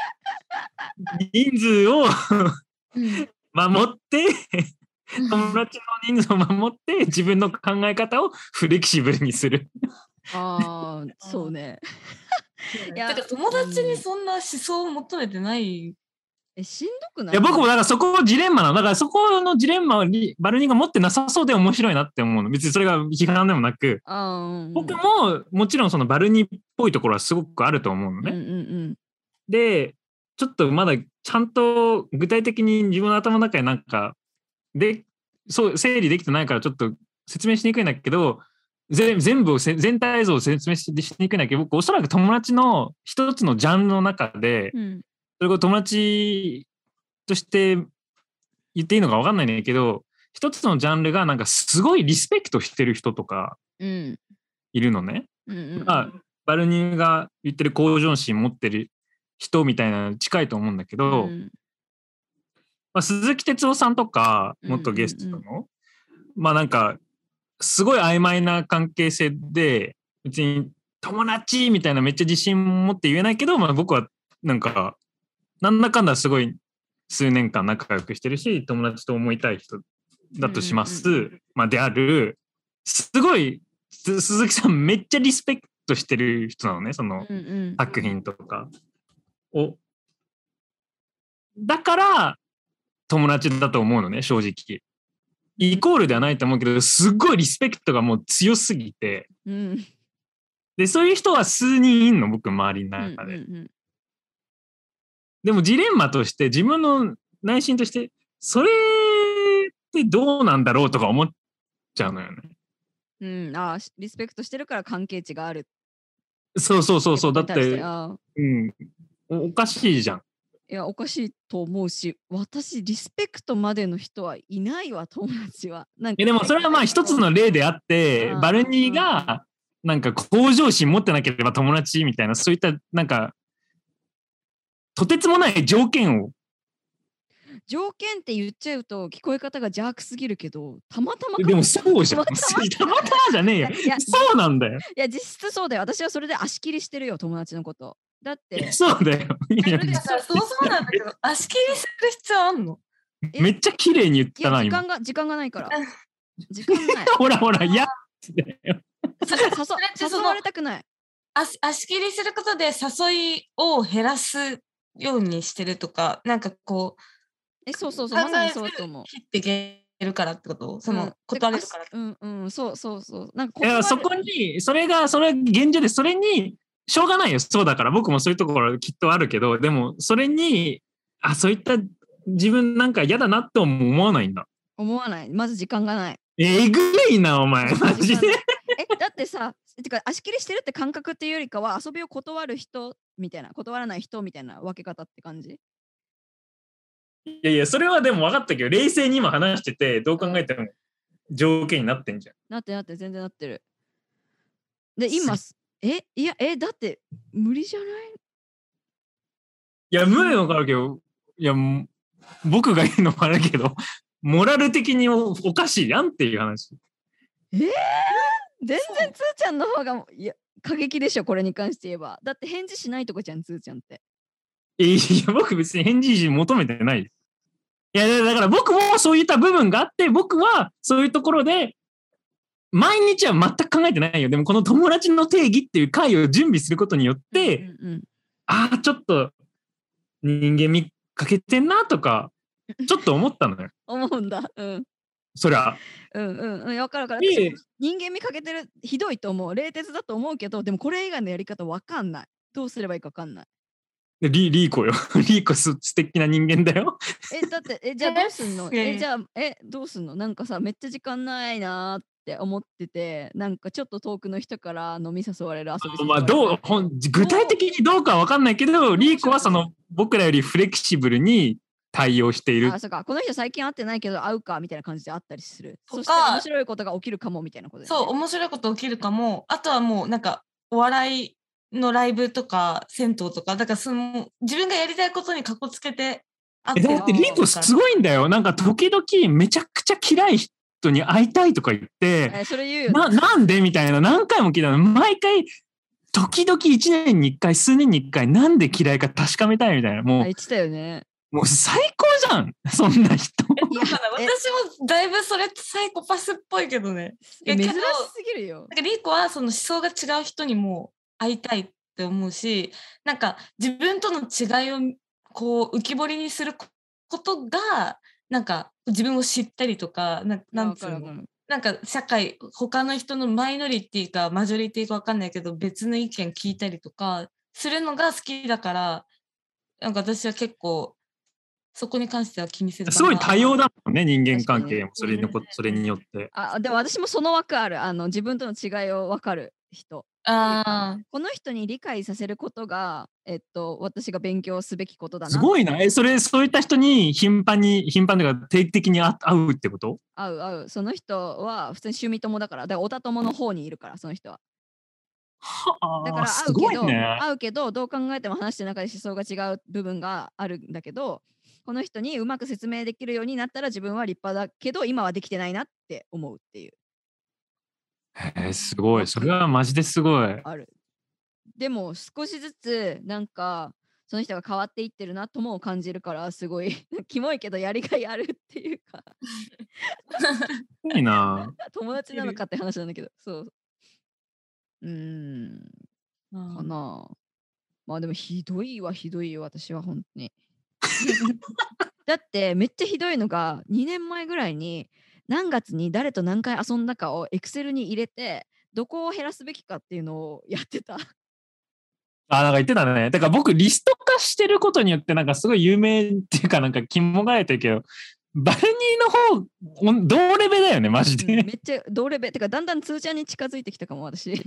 Speaker 3: 数を守って友達の人数を守って自分の考え方をフレキシブルにする。
Speaker 1: そうね。
Speaker 2: だから友達にそんな思想を求めてない。
Speaker 1: しんどくない？
Speaker 3: いや僕もだからそこジレンマなの。だからそこのジレンマをバルニーが持ってなさそうで面白いなって思うの。別にそれが批判でもなく、僕ももちろんそのバルニーっぽいところはすごくあると思うのね。でちょっとまだちゃんと具体的に自分の頭の中でなんかでそう整理できてないからちょっと説明しにくいんだけど全部全体像を説明しにくいんだけど僕おそらく友達の一つのジャンルの中で、それを友達として言っていいのか分かんないんだけど一つのジャンルがなんかすごいリスペクトしてる人とかいるのね。バルニーが言ってる向上心持ってる人みたいなの近いと思うんだけ
Speaker 1: う
Speaker 3: ど、
Speaker 1: ん
Speaker 3: まあ、鈴木哲夫さんとか元ゲストの、まあなんかすごい曖昧な関係性で別に友達みたいなめっちゃ自信持って言えないけど、まあ、僕はなんかなんだかんだすごい数年間仲良くしてるし友達と思いたい人だとします、まあ、であるすごい鈴木さんめっちゃリスペクトしてる人なのねその作品とかをだから友達だと思うのね正直イコールではないと思うけどすっごいリスペクトがもう強すぎて、でそういう人は数人いんの僕周りの中で、でもジレンマとして自分の内心としてそれってどうなんだろうとか思っちゃうのよね。
Speaker 1: ああリスペクトしてるから関係値がある。
Speaker 3: そうだっておかしいじゃん。
Speaker 1: いやおかしいと思うし私リスペクトまでの人はいないわ友達は。なんか
Speaker 3: でもそれはまあ一つの例であってバルニーがなんか向上心持ってなければ友達みたいなそういったなんかとてつもない条件
Speaker 1: って言っちゃうと聞こえ方が邪悪すぎるけどたまたま
Speaker 3: でもそうじゃんたまたまじゃねえよそうなんだよ。
Speaker 1: いや実質そうだよ私はそれで足切りしてるよ友達のこと。だって
Speaker 3: そうだよ。
Speaker 2: そうなんだけど足切りする必要あんの？
Speaker 3: めっちゃ綺麗に言ったな
Speaker 1: 今。時間がないから。時間ない。
Speaker 3: ほらいや
Speaker 1: 誘われたくない。
Speaker 2: 足切りすることで誘いを減らすようにしてるとかなんかこう
Speaker 1: そうまさにそうと思う。
Speaker 2: 切っていけるからってこと？その断れるから。
Speaker 1: そうなんか
Speaker 3: いやそこにそれ現状でそれにしょうがないよそうだから僕もそういうところきっとあるけどでもそれにそういった自分なんか嫌だなって思わないんだ。
Speaker 1: 思わない。まず時間がない。
Speaker 3: えぐいなお前マジで。
Speaker 1: だってさてか足切りしてるって感覚っていうよりかは遊びを断る人みたいな断らない人みたいな分け方って感じ。
Speaker 3: いやそれはでも分かったけど冷静に今話しててどう考えても条件になってんじゃん。
Speaker 1: なって全然なってる。で今だって無理じゃない？
Speaker 3: いや無理わかるけどいや僕が言うのもあるけどモラル的におかしいやんっていう話。
Speaker 1: 全然つーちゃんの方が過激でしょこれに関して言えば。だって返事しないとこじゃんつーちゃんって。
Speaker 3: いや僕別に返事求めてないです。いやだから僕もそういった部分があって僕はそういうところで毎日は全く考えてないよ。でもこの友達の定義っていう回を準備することによって、ちょっと人間味かけてんなとかちょっと思ったのよ。
Speaker 1: 思うんだ。
Speaker 3: そりゃ。
Speaker 1: 分かるから。人間味かけてるひどいと思う。冷徹だと思うけどでもこれ以外のやり方分かんない。どうすればいいか分かんない。
Speaker 3: リーコよ。リーコ素敵な人間だよ。
Speaker 1: だってじゃあどうすんの？どうすんの？なんかさめっちゃ時間ないなって思っててなんかちょっと遠くの人から飲み誘われる遊び誘われる。
Speaker 3: 具体的にどうかは分かんないけどリーコはその僕らよりフレキシブルに対応している。
Speaker 1: そうかこの人最近会ってないけど会うかみたいな感じで会ったりする。そして面白いことが起きるかもみたいなこと、
Speaker 2: そう面白いこと起きるかも。あとはもうなんかお笑いのライブとか銭湯とかだからその自分がやりたいことにかこつけて
Speaker 3: だってリーコすごいんだよ。なんか時々めちゃくちゃ嫌い人に会いたいとか言って、
Speaker 1: それ言うよね。
Speaker 3: なんでみたいな何回も聞いたの。毎回時々1年に1回数年に1回なんで嫌いか確かめたいみたいな。もう
Speaker 1: 言ってたよね。
Speaker 3: もう最高じゃんそんな人。
Speaker 2: 私もだいぶそれサイコパスっぽいけどね。
Speaker 1: 珍しすぎるよ。
Speaker 2: リーコはその思想が違う人にも会いたいって思うしなんか自分との違いをこう浮き彫りにすることがなんか自分を知ったりとかなんつうのなんか社会他の人のマイノリティかマジョリティか分かんないけど別の意見聞いたりとかするのが好きだからなんか私は結構そこに関しては気にせず
Speaker 3: すごい多様だもんね人間関係もそれによって。
Speaker 1: でも私もその枠ある自分との違いを分かる人。この人に理解させることが、私が勉強すべきことだな。
Speaker 3: すごいな。そういった人に頻繁というか定期的に会うってこと？
Speaker 1: 会う。その人は普通に趣味友だから、オタ友の方にいるから、その人は。 だから
Speaker 3: すごいね。
Speaker 1: 会うけどどう考えても話してる中で思想が違う部分があるんだけど、この人にうまく説明できるようになったら自分は立派だけど今はできてないなって思うっていう
Speaker 3: すごい。それはマジですごい。
Speaker 1: ある。でも少しずつなんかその人が変わっていってるなとも感じるからすごいキモいけどやりがいあるっていうか
Speaker 3: いいな。
Speaker 1: 友達なのかって話なんだけど、そうかな。まあでもひどいはひどいよ私は本当にだってめっちゃひどいのが2年前ぐらいに何月に誰と何回遊んだかをエクセルに入れてどこを減らすべきかっていうのをやってた。
Speaker 3: なんか言ってたね。だから僕リスト化してることによってなんかすごい有名っていうかなんか肝がえてるけど、バルニーの方同レベだよねマジで、
Speaker 1: めっちゃ同レベてかだんだん通ちゃんに近づいてきたかも私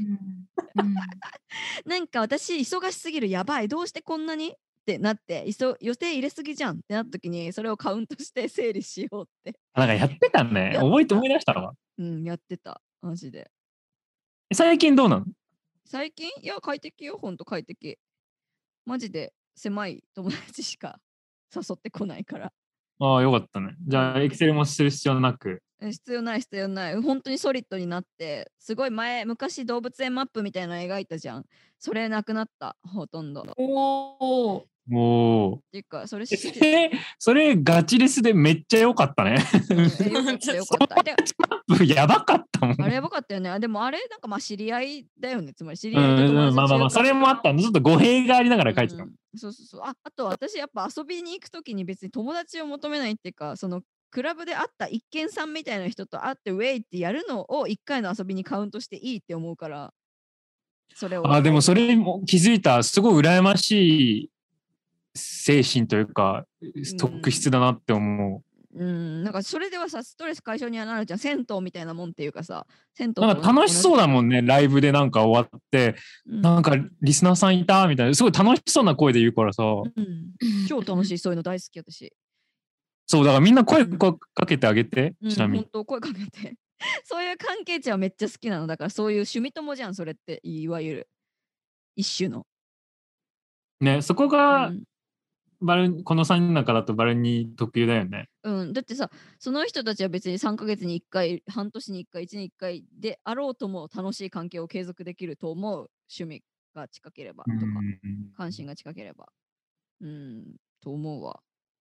Speaker 1: なんか私忙しすぎるやばいどうしてこんなにってなって予定入れすぎじゃんってなった時にそれをカウントして整理しようって
Speaker 3: なんかやってたね。思い出したわ。
Speaker 1: やってたマジで。
Speaker 3: 最近どうなの？
Speaker 1: 最近いや快適よほんと快適。マジで狭い友達しか誘ってこないから。
Speaker 3: よかったね。じゃあエクセルもする必要なく。
Speaker 1: 必要ない本当にソリッドになってすごい昔動物園マップみたいなの描いたじゃん。それなくなったほとんど。
Speaker 2: お
Speaker 3: おお。
Speaker 1: っていうかそれ
Speaker 3: それガチレスでめっちゃ良かったね。
Speaker 1: よかった
Speaker 3: やばかったもん。
Speaker 1: あれやばかったよね。でもあれなんかまあ知り合いだよね。つまり知り合いと友達
Speaker 3: まあそれもあった。ちょっと語弊がありながら書いてた。
Speaker 1: そうあと私やっぱ遊びに行くときに別に友達を求めないっていうかそのクラブで会った一見さんみたいな人と会ってウェイってやるのを1回の遊びにカウントしていいって思うからそれを
Speaker 3: でもそれも気づいた。すごい羨ましい精神というか特質だなって思う。
Speaker 1: なんかそれではさストレス解消にはなるじゃん。銭湯みたいなもんっていうかさ
Speaker 3: なんか楽しそうだもんね。ライブでなんか終わって、なんかリスナーさんいたみたいなすごい楽しそうな声で言うからさ、
Speaker 1: 超楽しいそういうの大好き私。
Speaker 3: そうだからみんな声かけてあげて、ちなみに
Speaker 1: 本当声かけてそういう関係値はめっちゃ好きなのだからそういう趣味友じゃんそれっていわゆる一種の
Speaker 3: ね。そこが、この3人の中だとバルニー特有だよね。
Speaker 1: だってさその人たちは別に3ヶ月に1回半年に1回1年に1回であろうとも楽しい関係を継続できると思う。趣味が近ければとか関心が近ければと思うわ。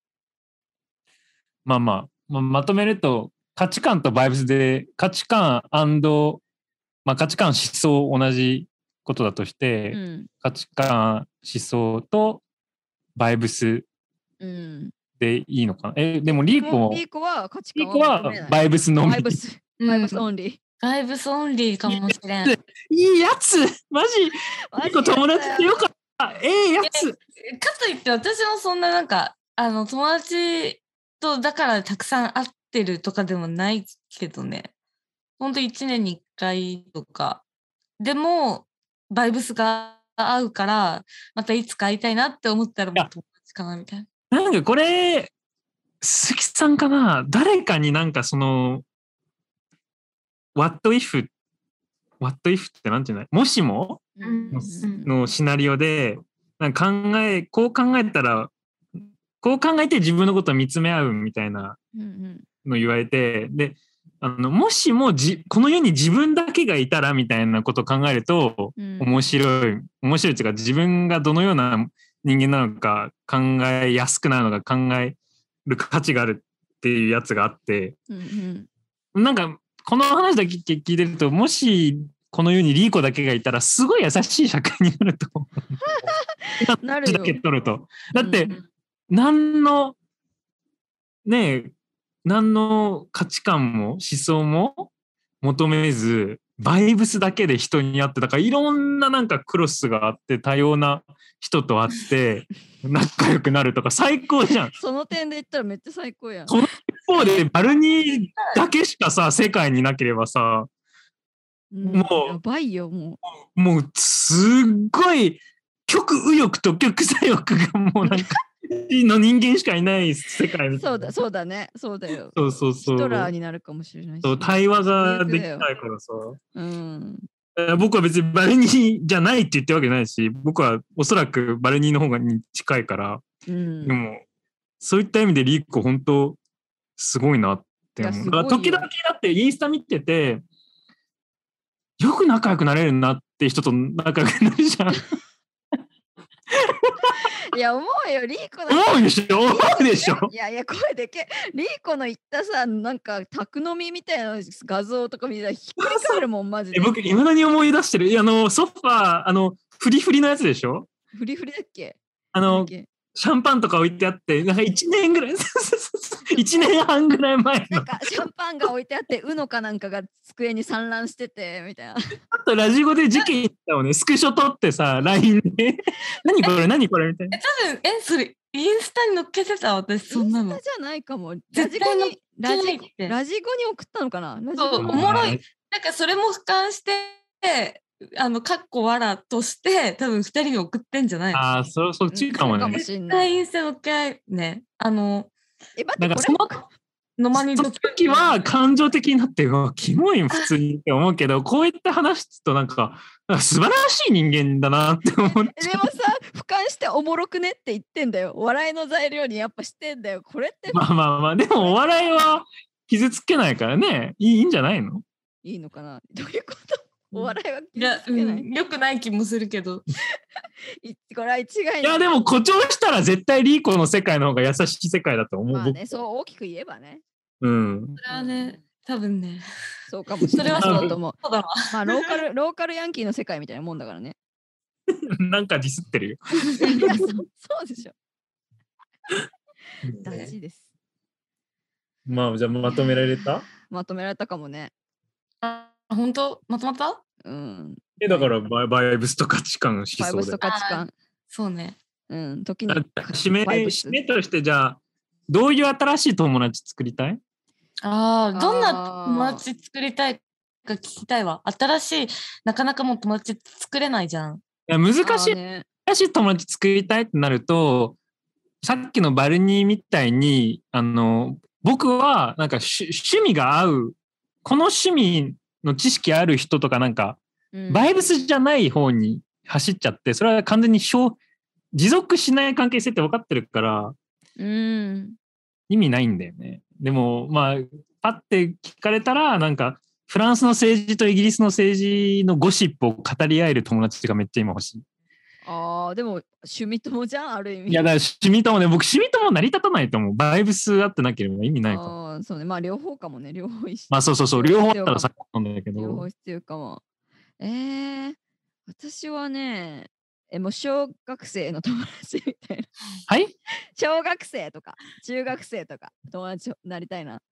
Speaker 3: まとめると価値観とバイブスで価値観&価値観思想同じことだとして、価値観思想とバイブスでいいのかな。でもリーコは価値観はバイブスのみ。
Speaker 1: バイブスオンリー。
Speaker 2: バイブスオンリーかもしれん。
Speaker 3: いいやつマジリーコ友達ってよかった。やつ
Speaker 2: かといって私もそんななんか友達とだからたくさん会ってるとかでもないけどね。ほんと1年に1回とか。でもバイブスが合うからまたいつか会いたいなって思ったらもう友達かなみたい
Speaker 3: な。なんかこれ鈴木さんかな、誰かになんかその What if ってなんていうの、もしものシナリオでなんかこう考えたらこう考えて自分のことを見つめ合うみたいなの言われて、でもしもこの世に自分だけがいたらみたいなことを考えると面白いっていうか、自分がどのような人間なのか考えやすくなるのか考える価値があるっていうやつがあって、なんかこの話だけ聞いてると、もしこの世にリーコだけがいたらすごい優しい社会になると思う。
Speaker 1: なるよ。
Speaker 3: 取るとだって何の価値観も思想も求めずバイブスだけで人に会って、だからいろんななんかクロスがあって多様な人と会って仲良くなるとか最高じゃん。
Speaker 1: その点で言ったらめっちゃ最高やん。
Speaker 3: その一方でバルニーだけしかさ世界になければさ、もう
Speaker 1: やばいよも
Speaker 3: うすっごい極右翼と極左翼がもうなんかの人間しかいない世界みたいな。
Speaker 1: そうだね。そうだよ。
Speaker 3: そう
Speaker 1: ヒトラーになるかもしれないし。
Speaker 3: そう対話ができないからさ。 僕は別にバルニーじゃないって言ってるわけないし、僕はおそらくバルニーの方が近いから、
Speaker 1: うん。
Speaker 3: でも、そういった意味でリーコ本当すごいなって思う。
Speaker 1: いやすごいよ
Speaker 3: 時々だってインスタ見てて、よく仲良くなれるなって人と仲良くなるじゃん。
Speaker 1: いや、思うよ、リーコの。
Speaker 3: 思うでしょ思うでしょ
Speaker 1: いやいや、これでリーコの言ったさ、なんか宅飲みみたいな画像とか見たらひっくり返るもん、マジで。
Speaker 3: 僕、いまだに思い出してる。ソファー、フリフリのやつでしょ
Speaker 1: フリフリだっけ？
Speaker 3: シャンパンとか置いてあって、なんか1年ぐらい、1年半ぐらい前の。
Speaker 1: なんかシャンパンが置いてあって、ウノかなんかが机に散乱してて、みたいな。
Speaker 3: あとラジゴで事件したをね、スクショ撮ってさ、LINE で、何これ何これみたいな。
Speaker 2: 多分、それ、インスタに載っけてた私、そんなの
Speaker 1: インス。タじゃないかも。ラジ
Speaker 2: 絶対載っ
Speaker 1: コに、
Speaker 2: けないって。
Speaker 1: ラジコに送ったのかな？ラジ
Speaker 2: そう、
Speaker 1: コ
Speaker 2: おもろい。なんかそれも俯瞰して、かっこわらとして、多分2人に送ってんじゃないの？
Speaker 3: ああ、そっちかもね。
Speaker 1: そうかもしんない。
Speaker 2: インスタ載っけないね。
Speaker 1: 待って、
Speaker 3: なんか
Speaker 1: これ
Speaker 2: の間に
Speaker 3: その時は感情的になって、うわキモい普通にって思うけど、こういった話すとなんか素晴らしい人間だなって思って。
Speaker 1: でもさ、俯瞰しておもろくねって言ってんだよ。笑いの材料にやっぱしてんだよ。これって
Speaker 3: まあ、でもお笑いは傷つけないからね、いいんじゃないの？
Speaker 1: いいのかな？どういうこと？お笑いは傷
Speaker 2: いや、
Speaker 1: つけない。
Speaker 2: よくない気もするけど。
Speaker 1: これは一概に。
Speaker 3: いや、でも誇張したら絶対リーコの世界の方が優しい世界だと思う。
Speaker 1: まあね、そう大きく言えばね。
Speaker 3: うん。
Speaker 2: それはね、多分ね。
Speaker 1: そうかもしれない。
Speaker 2: それは
Speaker 1: そうだと思う。
Speaker 2: そうだわ。
Speaker 1: まあローカルヤンキーの世界みたいなもんだからね。
Speaker 3: なんかディスってるよ。
Speaker 1: いやそうでしょ。大事です。
Speaker 3: まあ、じゃあまとめられた？
Speaker 1: まとめられたかもね。
Speaker 2: 本当まとまった？
Speaker 1: うん。
Speaker 3: だからバイブスと価値観思想で
Speaker 1: バイブスと。価値観。
Speaker 2: そうね。
Speaker 1: うん。時に
Speaker 3: 締め
Speaker 1: バイブス
Speaker 3: としてじゃあ、どういう新しい友達作りたい？
Speaker 2: ああ、どんな友達作りたいか聞きたいわ。新しい、なかなかもう友達作れないじゃん。
Speaker 3: いや難しい、
Speaker 1: ね。
Speaker 3: 新しい友達作りたいってなると、さっきのバルニーみたいに、僕はなんか趣味が合う、この趣味の知識ある人とかなんか、バイブスじゃない方に走っちゃって、それは完全に持続しない関係性って分かってるから、意味ないんだよね。でも、まあ、パッて聞かれたら、なんか、フランスの政治とイギリスの政治のゴシップを語り合える友達がめっちゃ今欲しい。
Speaker 1: ああ、でも趣味友じゃん、ある意味。
Speaker 3: いや、だから趣味友ね、僕趣味友成り立たないと思う。バイブスあってなければ意味ないかも。
Speaker 1: ああ、そうね。まあ両方かもね。両方一緒。
Speaker 3: まあそう、両方あったら最高なんだけど。
Speaker 1: 両方必要かも。私はね、もう小学生の友達みたいな。
Speaker 3: はい？
Speaker 1: 小学生とか中学生とか友達になりたいな。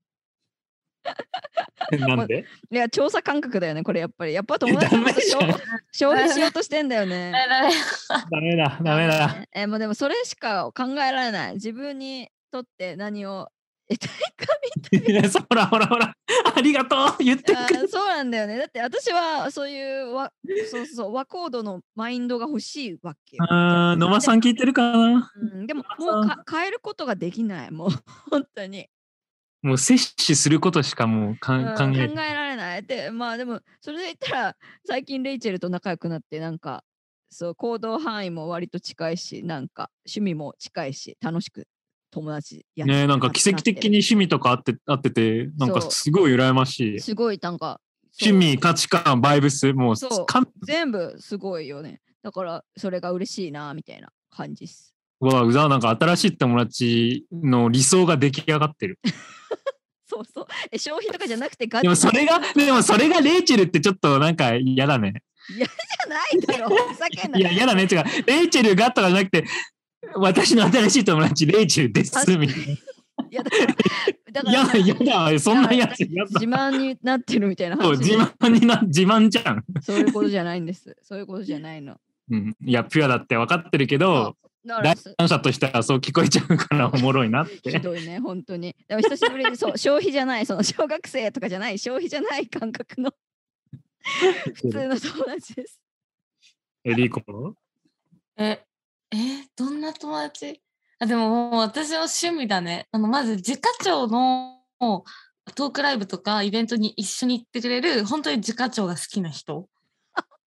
Speaker 3: なんで？
Speaker 1: いや、調査感覚だよね、これやっぱり。やっぱ友達のこと消費しようとしてんだよね。
Speaker 3: ダメだ。
Speaker 1: もうでもそれしか考えられない。自分にとって何を得たいかみたいな。
Speaker 3: ほら。ありがとう。言ってくれ。
Speaker 1: そうなんだよね。だって私はそういう和コードのマインドが欲しいわけよ。
Speaker 3: 野間さん聞いてるかな？
Speaker 1: でももう変えることができない。もう本当に。
Speaker 3: もう摂取することしかもう考え
Speaker 1: られない。で、まあでも、それで言ったら、最近レイチェルと仲良くなって、なんか、そう、行動範囲も割と近いし、なんか、趣味も近いし、楽しく友達やって
Speaker 3: ね、なんか奇跡的に趣味とか合ってて、なんかすごい羨ましい。
Speaker 1: すごい、なんか、
Speaker 3: 趣味、価値観、バイブス、もう
Speaker 1: 全部すごいよね。だから、それが嬉しいな、みたいな感じです。
Speaker 3: なんか新しい友達の理想が出来上がってる。
Speaker 1: そう。消費とかじゃなくて
Speaker 3: でもそれがレイチェルってちょっとなんか嫌だね。
Speaker 1: 嫌じゃないだろ。ふざけんな。
Speaker 3: いや、嫌だね。違う。レイチェルがとかじゃなくて、私の新しい友達、レイチェルです。みたいな。いや、嫌だ。そんなやつ嫌だ。
Speaker 1: 自慢になってるみたいな話。
Speaker 3: 自慢じゃん。
Speaker 1: そういうことじゃないんです。そういうことじゃないの。
Speaker 3: いや、ピュアだって分かってるけど、第三者としてはそう聞こえちゃうからおもろいなって。
Speaker 1: ひどいね、本当に。でも久しぶりに消費じゃない、その小学生とかじゃない、消費じゃない感覚の普通の友達です。
Speaker 3: リーコの？
Speaker 2: どんな友達？でももう私の趣味だね。まず自家長のトークライブとかイベントに一緒に行ってくれる本当に自家長が好きな人。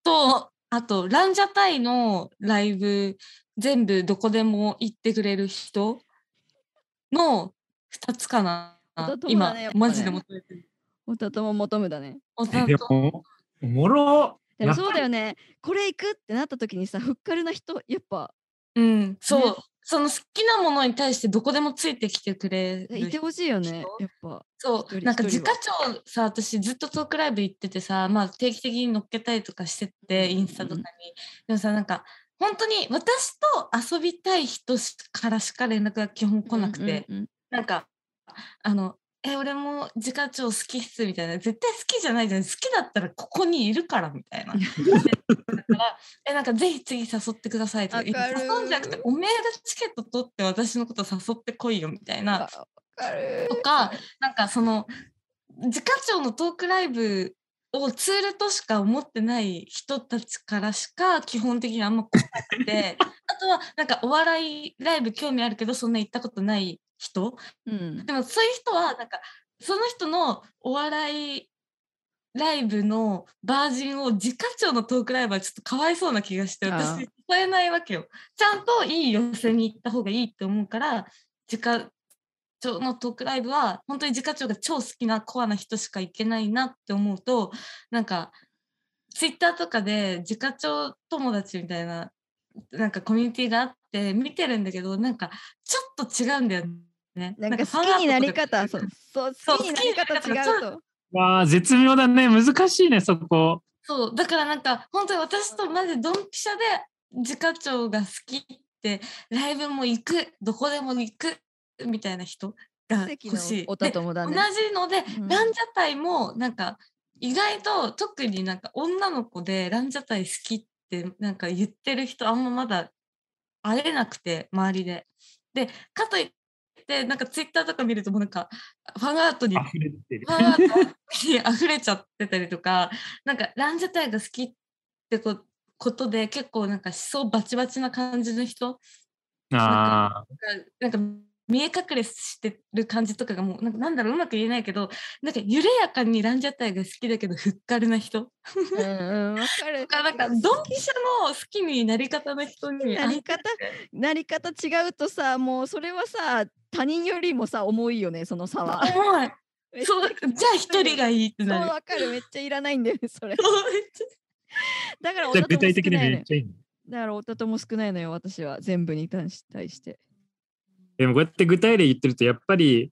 Speaker 2: と、あと、ランジャタイのライブ、全部どこでも行ってくれる人の2つかな。
Speaker 1: オタ友だ
Speaker 2: 今、
Speaker 1: ね、やっぱ
Speaker 2: マジで
Speaker 1: ね。
Speaker 2: 求めてる。
Speaker 1: オタ友求むだね。
Speaker 2: オタ
Speaker 3: で
Speaker 2: と、
Speaker 3: も、おもろ。
Speaker 1: でもそうだ
Speaker 3: やっ
Speaker 1: よね。これ行くってなった時にさ、ふっかるな人、やっぱ、
Speaker 2: うん、そう、その好きなものに対してどこでもついてきてくれる
Speaker 1: いてほしいよね。
Speaker 2: 人
Speaker 1: やっぱ。
Speaker 2: そう、
Speaker 1: 一人
Speaker 2: なんか自家
Speaker 1: 一人は
Speaker 2: 長さ、私ずっとトークライブ行っててさ、まあ定期的に乗っけたりとかしてて、インスタとかに。でもさ、なんか、本当に私と遊びたい人からしか連絡が基本来なくて、なんか、俺も自家長好きっすみたいな、絶対好きじゃないじゃん、好きだったらここにいるからみたいな。だからなんかぜひ次誘ってくださいとか、誘うんじゃなくて、おメールチケット取って私のこと誘ってこいよみたいな。とか、なんかその、自家長のトークライブをツールとしか思ってない人たちからしか基本的にあんま来なくて、あとはなんかお笑いライブ興味あるけどそんな行ったことない人、でもそういう人はなんかその人のお笑いライブのバージンを自家長のトークライブはちょっとかわいそうな気がして私伝えないわけよ。ちゃんといい寄せに行った方がいいって思うから自家長のトークライブは本当に自家長が超好きなコアな人しか行けないなって思うと、なんかツイッターとかで自家長友達みたいななんかコミュニティがあって見てるんだけど、なんかちょっと違うんだよね。
Speaker 1: なんか好きになり方、そう好きになり方違うと。
Speaker 3: わあ、絶妙だね。難しいね、そこ。
Speaker 2: そう、だからなんか本当に私とマジドンピシャで自家長が好きってライブも行く、どこでも行くみたいな人が欲しい。
Speaker 1: おた友だね。
Speaker 2: 同じので、ランジャタイもなんか意外と特になんか女の子でランジャタイ好きってなんか言ってる人あんままだ会えなくて周りで。で、かといってなんかツイッターとか見るともうなんかファンアートに溢れちゃってたりとか、なんかランジャタイが好きってことで結構なんか思想バチバチな感じの人、なんか見え隠れしてる感じとかがもうなんだろう、うまく言えないけど、なんか緩やかにランジャタイが好きだけどふっかるな人。わかる。なんかドンピシャの好きになり方の人に
Speaker 1: なり方違うとさ、もうそれはさ他人よりもさ重いよね、その差は。
Speaker 2: 重い。そう、じゃあ一人がいいってなる。
Speaker 1: そう、わかる、めっちゃいらないんだよね、それ。だから
Speaker 3: 具体的にめっちゃいい。
Speaker 1: だからオタ友少ないのよ、私は全部に対して。
Speaker 3: でもこうやって具体例言ってるとやっぱり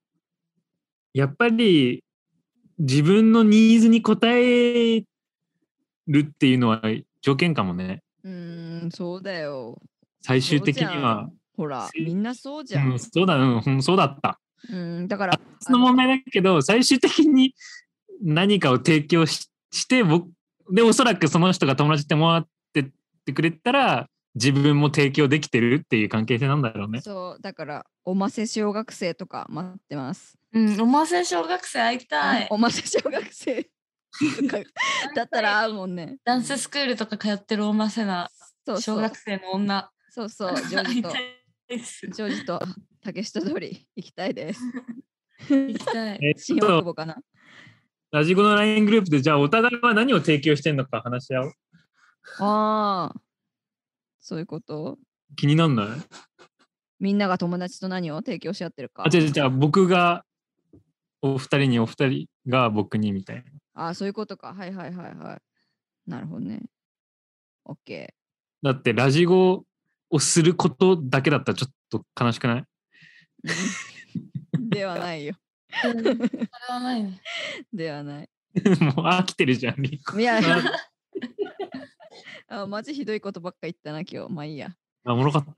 Speaker 3: 自分のニーズに応えるっていうのは条件かもね。
Speaker 1: そうだよ。
Speaker 3: 最終的には。
Speaker 1: ほら、みんなそうじゃん。
Speaker 3: そうだ、そうだった。
Speaker 1: だから
Speaker 3: その問題だけど最終的に何かを提供してでおそらくその人が友達ってもらってくれたら自分も提供できてるっていう関係性なんだろうね。
Speaker 1: そうだからおませ小学生とか待ってます。
Speaker 2: おませ小学生会いたい。
Speaker 1: おませ小学生だったら会うもんね。
Speaker 2: ダンススクールとか通ってるおませな小学生の女。
Speaker 1: そうジョージと竹下通り行きたいです。
Speaker 2: 行きたい。
Speaker 1: 新大久保かな。
Speaker 3: ラジコの LINE グループでじゃあお互いは何を提供してんのか話し合おう。そういうこと気になんない？
Speaker 1: みんなが友達と何を提供し合ってるか。
Speaker 3: じゃあ僕がお二人にお二人が僕にみたい
Speaker 1: な。そういうことか。はい。なるほどね。OK。
Speaker 3: だってラジゴをすることだけだったらちょっと悲しくない？
Speaker 1: ではないよ。
Speaker 2: それはないね。
Speaker 1: ではない。
Speaker 3: もう飽きてるじゃん、リコ。
Speaker 1: いやマジひどいことばっか言ったな、今日。まあいいや。
Speaker 3: おもろかった。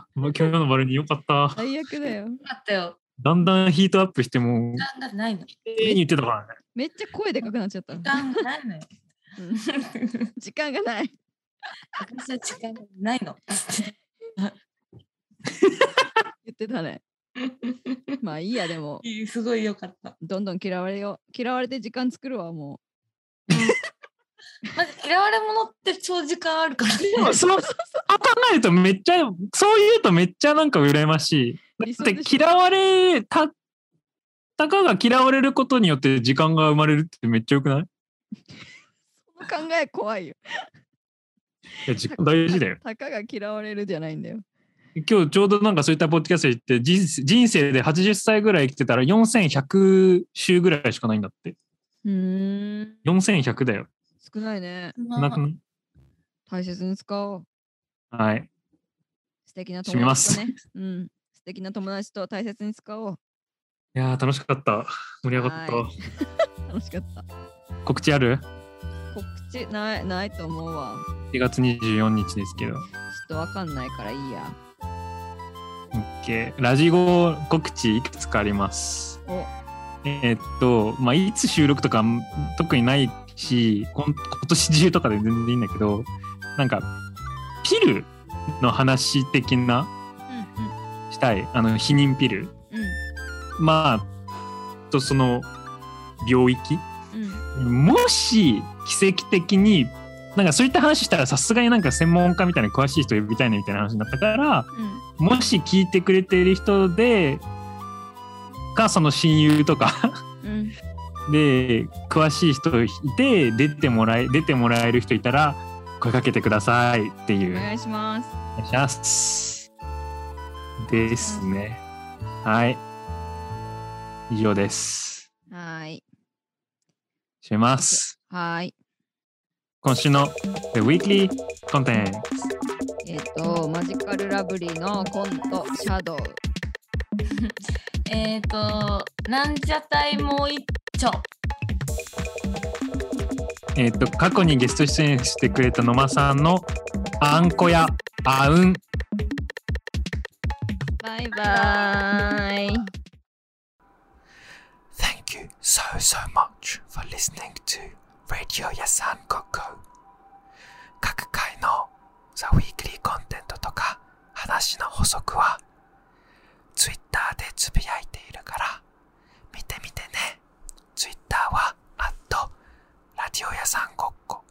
Speaker 3: 今日のバルによかった。
Speaker 1: 最悪だよ。
Speaker 2: よかったよ。
Speaker 3: だんだんヒートアップしても
Speaker 2: 時間がないの。
Speaker 3: 言ってたからね。
Speaker 1: めっちゃ声でかくなっちゃった。
Speaker 2: 時間がないのよ。
Speaker 1: 時間がない。
Speaker 2: 私は時間がないの。
Speaker 1: 言ってたね。まあいいや、でも。
Speaker 2: すごいよかった。
Speaker 1: どんどん嫌われよう。嫌われて時間作るわ、も
Speaker 2: う。まず嫌われ者って超時間あるからね。
Speaker 3: そう考えるとめっちゃ、そう言うとめっちゃなんか羨ましい。だって嫌われたかが嫌われることによって時間が生まれるってめっちゃよくない？
Speaker 1: その考え怖いよ。
Speaker 3: 時間大事だよ。
Speaker 1: たかが嫌われるじゃないんだよ。
Speaker 3: 今日ちょうどなんかそういったポッドキャスト行って人生で80歳ぐらい生きてたら4100週ぐらいしかないんだって。4100だよ。
Speaker 1: 少ないね。大切に使おう。
Speaker 3: はい。
Speaker 1: 素敵な友達とね。素敵な友達と大切に使おう。
Speaker 3: いやー楽しかった。盛り上がった。
Speaker 1: 楽しかった。告
Speaker 3: 知ある？
Speaker 1: 告知ないと思うわ。
Speaker 3: 4月24日ですけど。
Speaker 1: ちょっとわかんないからいいや。
Speaker 3: OK。ラジゴ告知いくつかあります。まあいつ収録とか特にないし、今年中とかで全然いいんだけど、なんかピルの話的な、したい。避妊ピル。まあその領域、もし奇跡的になんかそういった話したらさすがになんか専門家みたいな詳しい人呼びたいねみたいな話になったから、もし聞いてくれている人でかその親友とかで詳しい人いて出てもらえる人いたら声かけてくださいっていう。
Speaker 1: お願いします。
Speaker 3: お願いしますですね。はい。以上です。
Speaker 1: はい。
Speaker 3: します。
Speaker 1: はい。
Speaker 3: 今週の The Weekly Content。
Speaker 1: マジカルラブリーのコントシャドウ。
Speaker 2: なんじゃたいもう一丁。
Speaker 3: 過去にゲスト出演してくれた野間さんのあんこやあうん。
Speaker 1: バイバイ。
Speaker 4: Thank you so much for listening to Radio Yasan Koko。 各回の The Weekly Content とか話の補足は Twitter でつぶやいているから見てみてね。 Twitter はラディオヤサンゴッコ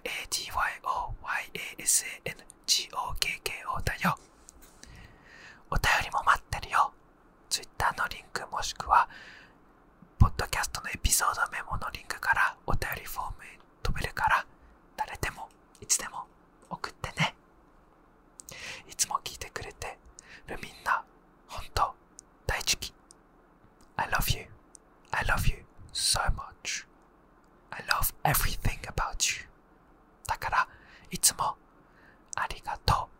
Speaker 4: RADYOYASANGOKKO だよ。お便りも待ってるよ。 Twitter のリンクもしくはポッドキャストのエピソードメモのリンクからお便りフォームへ飛べるから誰でもいつでも送ってね。いつも聞いてくれてるみんな本当大好き。 I love you so much。 I love everything about you。 だからいつもありがとう。